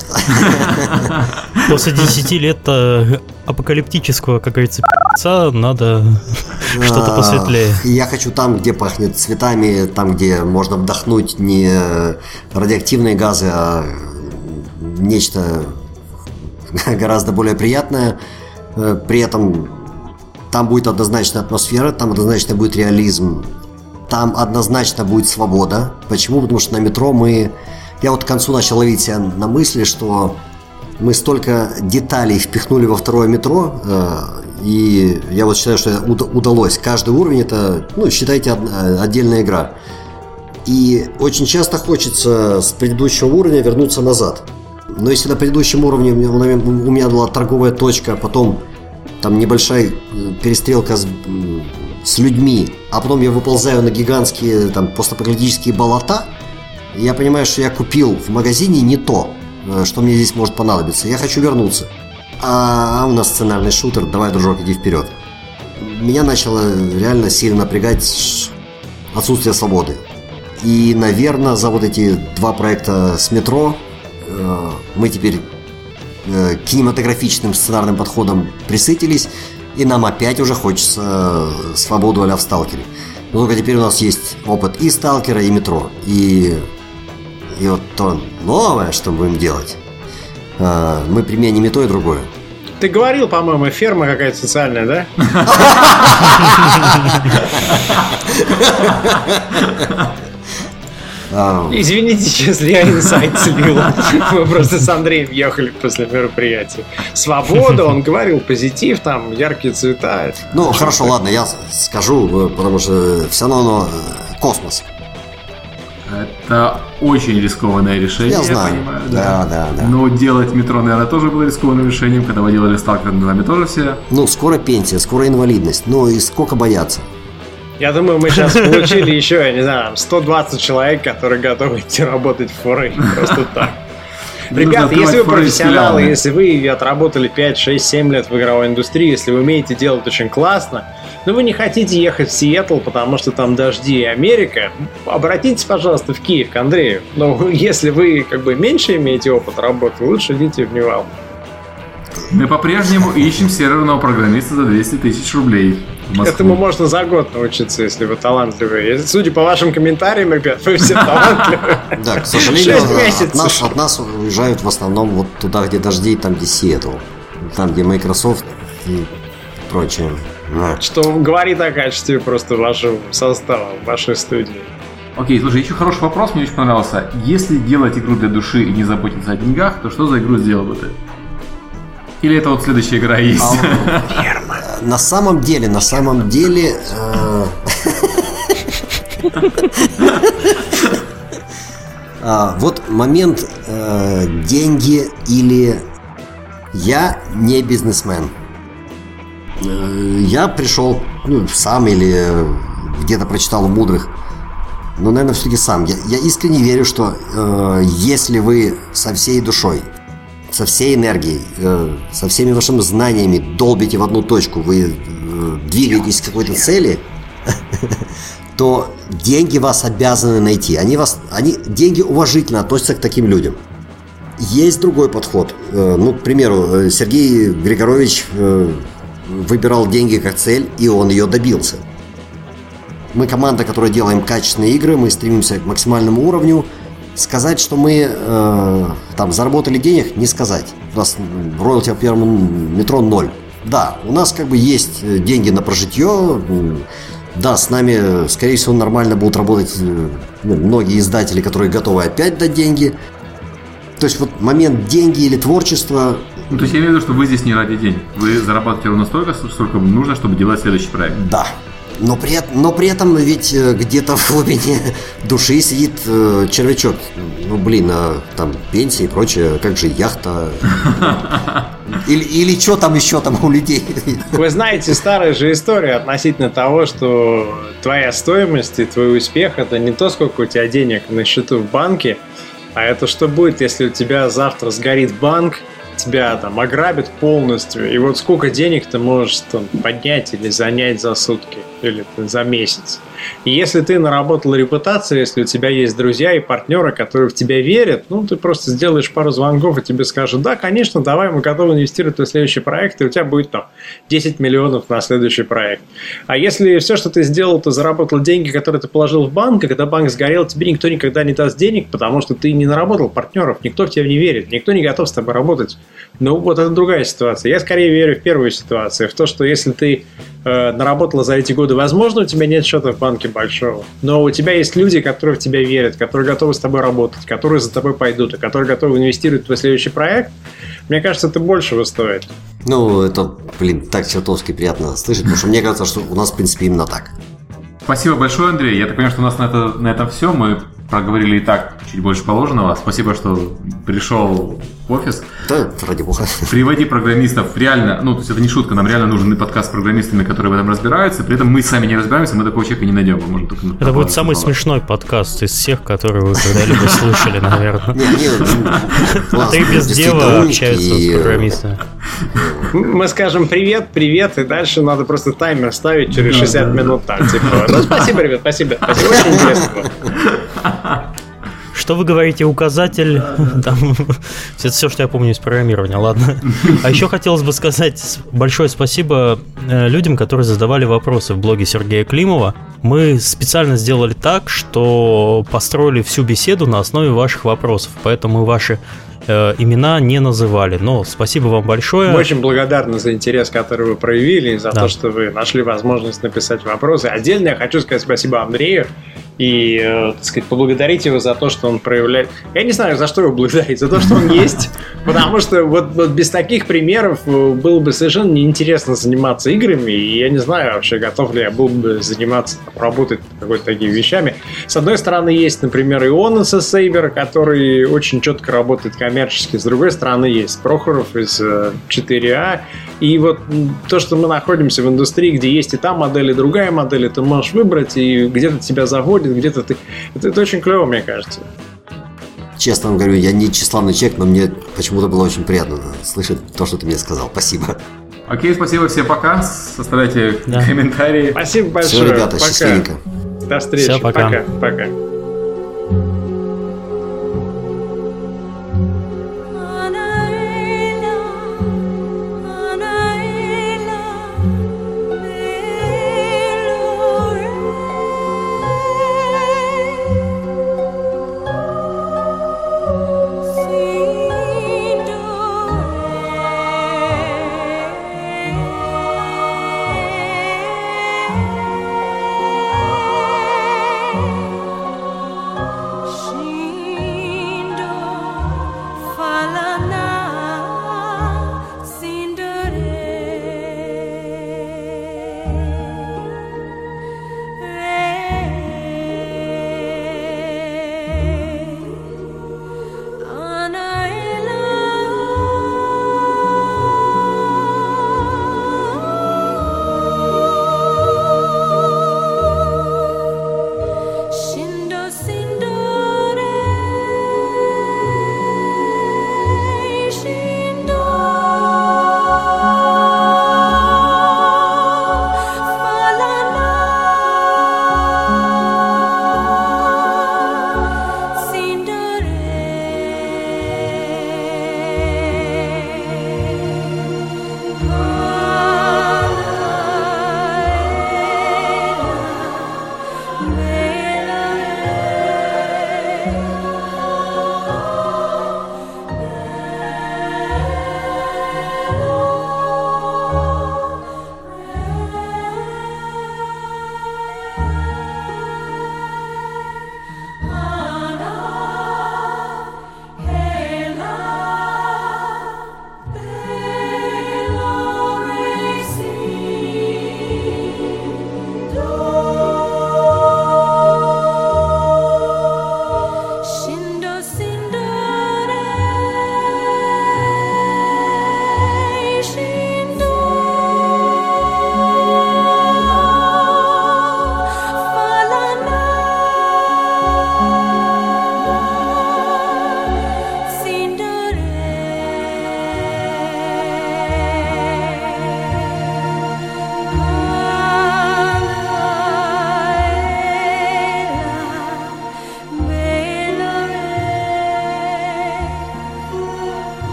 После 10 лет апокалиптического, как говорится, надо что-то посветлее. Я хочу там, где пахнет цветами, там, где можно вдохнуть не радиоактивные газы, а нечто гораздо более приятное. При этом там будет однозначная атмосфера, там однозначно будет реализм, там однозначно будет свобода. Почему? Потому что на метро я вот к концу начал ловить себя на мысли, что мы столько деталей впихнули во второе метро, и я вот считаю, что удалось. Каждый уровень — это, считайте, отдельная игра. И очень часто хочется с предыдущего уровня вернуться назад. Но если на предыдущем уровне у меня была торговая точка, потом там небольшая перестрелка с людьми, а потом я выползаю на гигантские там постапокалиптические болота, я понимаю, что я купил в магазине не то, что мне здесь может понадобиться. Я хочу вернуться. А у нас сценарный шутер, давай, дружок, иди вперед. Меня начало реально сильно напрягать отсутствие свободы. И, наверное, за вот эти 2 проекта с метро мы теперь кинематографичным сценарным подходом присытились, и нам опять уже хочется свободу а-ля в Сталкере. Но только теперь у нас есть опыт и Сталкера, и метро. И вот то новое, что мы будем делать, мы применим и то, и другое. Ты говорил, по-моему, ферма какая-то социальная, да? Извините, если я инсайт слил. Мы просто с Андреем ехали после мероприятия. Свобода, он говорил, позитив, там, яркие цвета. Ну, хорошо, ладно, я скажу, потому что все равно космос. Это очень рискованное решение, я знаю. Понимаю. Да. Но делать метро, наверное, тоже было рискованным решением. Когда вы делали Сталкер, нами тоже все. Ну, скоро пенсия, скоро инвалидность. Ну, и сколько бояться? Я думаю, мы сейчас получили еще, я не знаю, 120 человек, которые готовы идти работать в Форей. Просто так. Ребята, если вы профессионалы, если вы отработали 5, 6, 7 лет в игровой индустрии, если вы умеете делать очень классно, но вы не хотите ехать в Сиэтл, потому что там дожди и Америка, обратитесь, пожалуйста, в Киев к Андрею. Но если вы как бы меньше имеете опыт работы, лучше идите в Невал. Мы по-прежнему ищем серверного программиста за 200 тысяч рублей. Этому можно за год научиться, если вы талантливые. Судя по вашим комментариям, ребят, вы все талантливые. Да, к сожалению, от нас уезжают в основном вот туда, где дожди, там, где Сиэтл. Там, где Microsoft и прочее. Что говорит о качестве просто вашего состава, вашей студии. Окей, слушай, еще хороший вопрос, мне очень понравился. Если делать игру для души и не заботиться о деньгах, то что за игру сделал бы ты? Или это вот следующая игра есть? На самом деле, вот момент деньги или я не бизнесмен. Я пришел сам или где-то прочитал у мудрых, но, наверное, все-таки сам. Я искренне верю, что если вы со всей душой, со всей энергией, со всеми вашими знаниями долбите в одну точку, вы двигаетесь к какой-то цели, то деньги вас обязаны найти. Деньги уважительно относятся к таким людям. Есть другой подход. Ну, к примеру, Сергей Григорович выбирал деньги как цель, и он ее добился. Мы команда, которая делаем качественные игры, мы стремимся к максимальному уровню. Сказать, что мы там заработали денег, не сказать. У нас роялти по первому метро 0. Да, у нас как бы есть деньги на прожитье. Да, с нами, скорее всего, нормально будут работать многие издатели, которые готовы опять дать деньги. То есть вот момент деньги или творчество. Ну, то есть я имею в виду, что вы здесь не ради денег. Вы зарабатываете ровно столько, сколько нужно, чтобы делать следующий проект. Да. Но при этом ведь где-то в глубине души сидит червячок. Ну, блин, там пенсия и прочее, как же яхта. Или что там еще там у людей. Вы знаете, старая же история относительно того, что твоя стоимость и твой успех — это не то, сколько у тебя денег на счету в банке, а это что будет, если у тебя завтра сгорит банк, тебя там ограбят полностью, и вот сколько денег ты можешь там поднять или занять за сутки, или за месяц. И если ты наработал репутацию, если у тебя есть друзья и партнеры, которые в тебя верят, ну, ты просто сделаешь пару звонков, и тебе скажут: да, конечно, давай, мы готовы инвестировать в следующий проект, и у тебя будет там 10 миллионов на следующий проект. А если все, что ты сделал, ты заработал деньги, которые ты положил в банк, и когда банк сгорел, тебе никто никогда не даст денег, потому что ты не наработал партнеров, никто в тебя не верит, никто не готов с тобой работать. Ну, вот это другая ситуация. Я скорее верю в первую ситуацию, в то, что если ты наработала за эти годы, возможно, у тебя нет счета в банке большого, но у тебя есть люди, которые в тебя верят, которые готовы с тобой работать, которые за тобой пойдут, и которые готовы инвестировать в твой следующий проект. Мне кажется, это большего стоит. Ну, это, блин, так чертовски приятно слышать, потому что мне кажется, что у нас, в принципе, именно так. Спасибо большое, Андрей. Я так понимаю, что у нас на этом все. Мы проговорили и так чуть больше положенного. Спасибо, что пришел в офис. Да, ради бога. Приводи программистов. Реально, то есть это не шутка, нам реально нужен подкаст с программистами, которые в этом разбираются. При этом мы сами не разбираемся, мы такого человека не найдем. Мы можем только это будет самый смешной подкаст из всех, которые вы когда-либо слышали, наверное. Ты без дела общаются с программистами. Мы скажем привет, и дальше надо просто таймер ставить через 60 минут. Спасибо, ребят, спасибо. Очень интересно было. Что вы говорите, указатель? Это все, что я помню из программирования, ладно. А еще хотелось бы сказать большое спасибо людям, которые задавали вопросы в блоге Сергея Климова. Мы специально сделали так, что построили всю беседу на основе ваших вопросов, поэтому мы ваши имена не называли. Но спасибо вам большое. Мы очень благодарны за интерес, который вы проявили, за то, что вы нашли возможность написать вопросы. Отдельно я хочу сказать спасибо Андрею и, так сказать, поблагодарить его за то, что он проявляет... Я не знаю, за что его благодарить, за то, что он есть, потому что вот без таких примеров было бы совершенно неинтересно заниматься играми, и я не знаю вообще, готов ли я был бы заниматься, работать какой-то такими вещами. С одной стороны, есть, например, Ионас из Saber, который очень четко работает коммерчески, с другой стороны, есть Прохоров из 4А, и вот то, что мы находимся в индустрии, где есть и та модель, и другая модель, и ты можешь выбрать, и где-то тебя заводит, где-то ты... Это очень клево, мне кажется. Честно вам говорю, я не тщеславный человек, но мне почему-то было очень приятно слышать то, что ты мне сказал. Спасибо. Окей, спасибо, всем пока. Оставляйте комментарии. Спасибо большое. Все, ребята, пока. счастливенько. До встречи. Все, пока. Пока.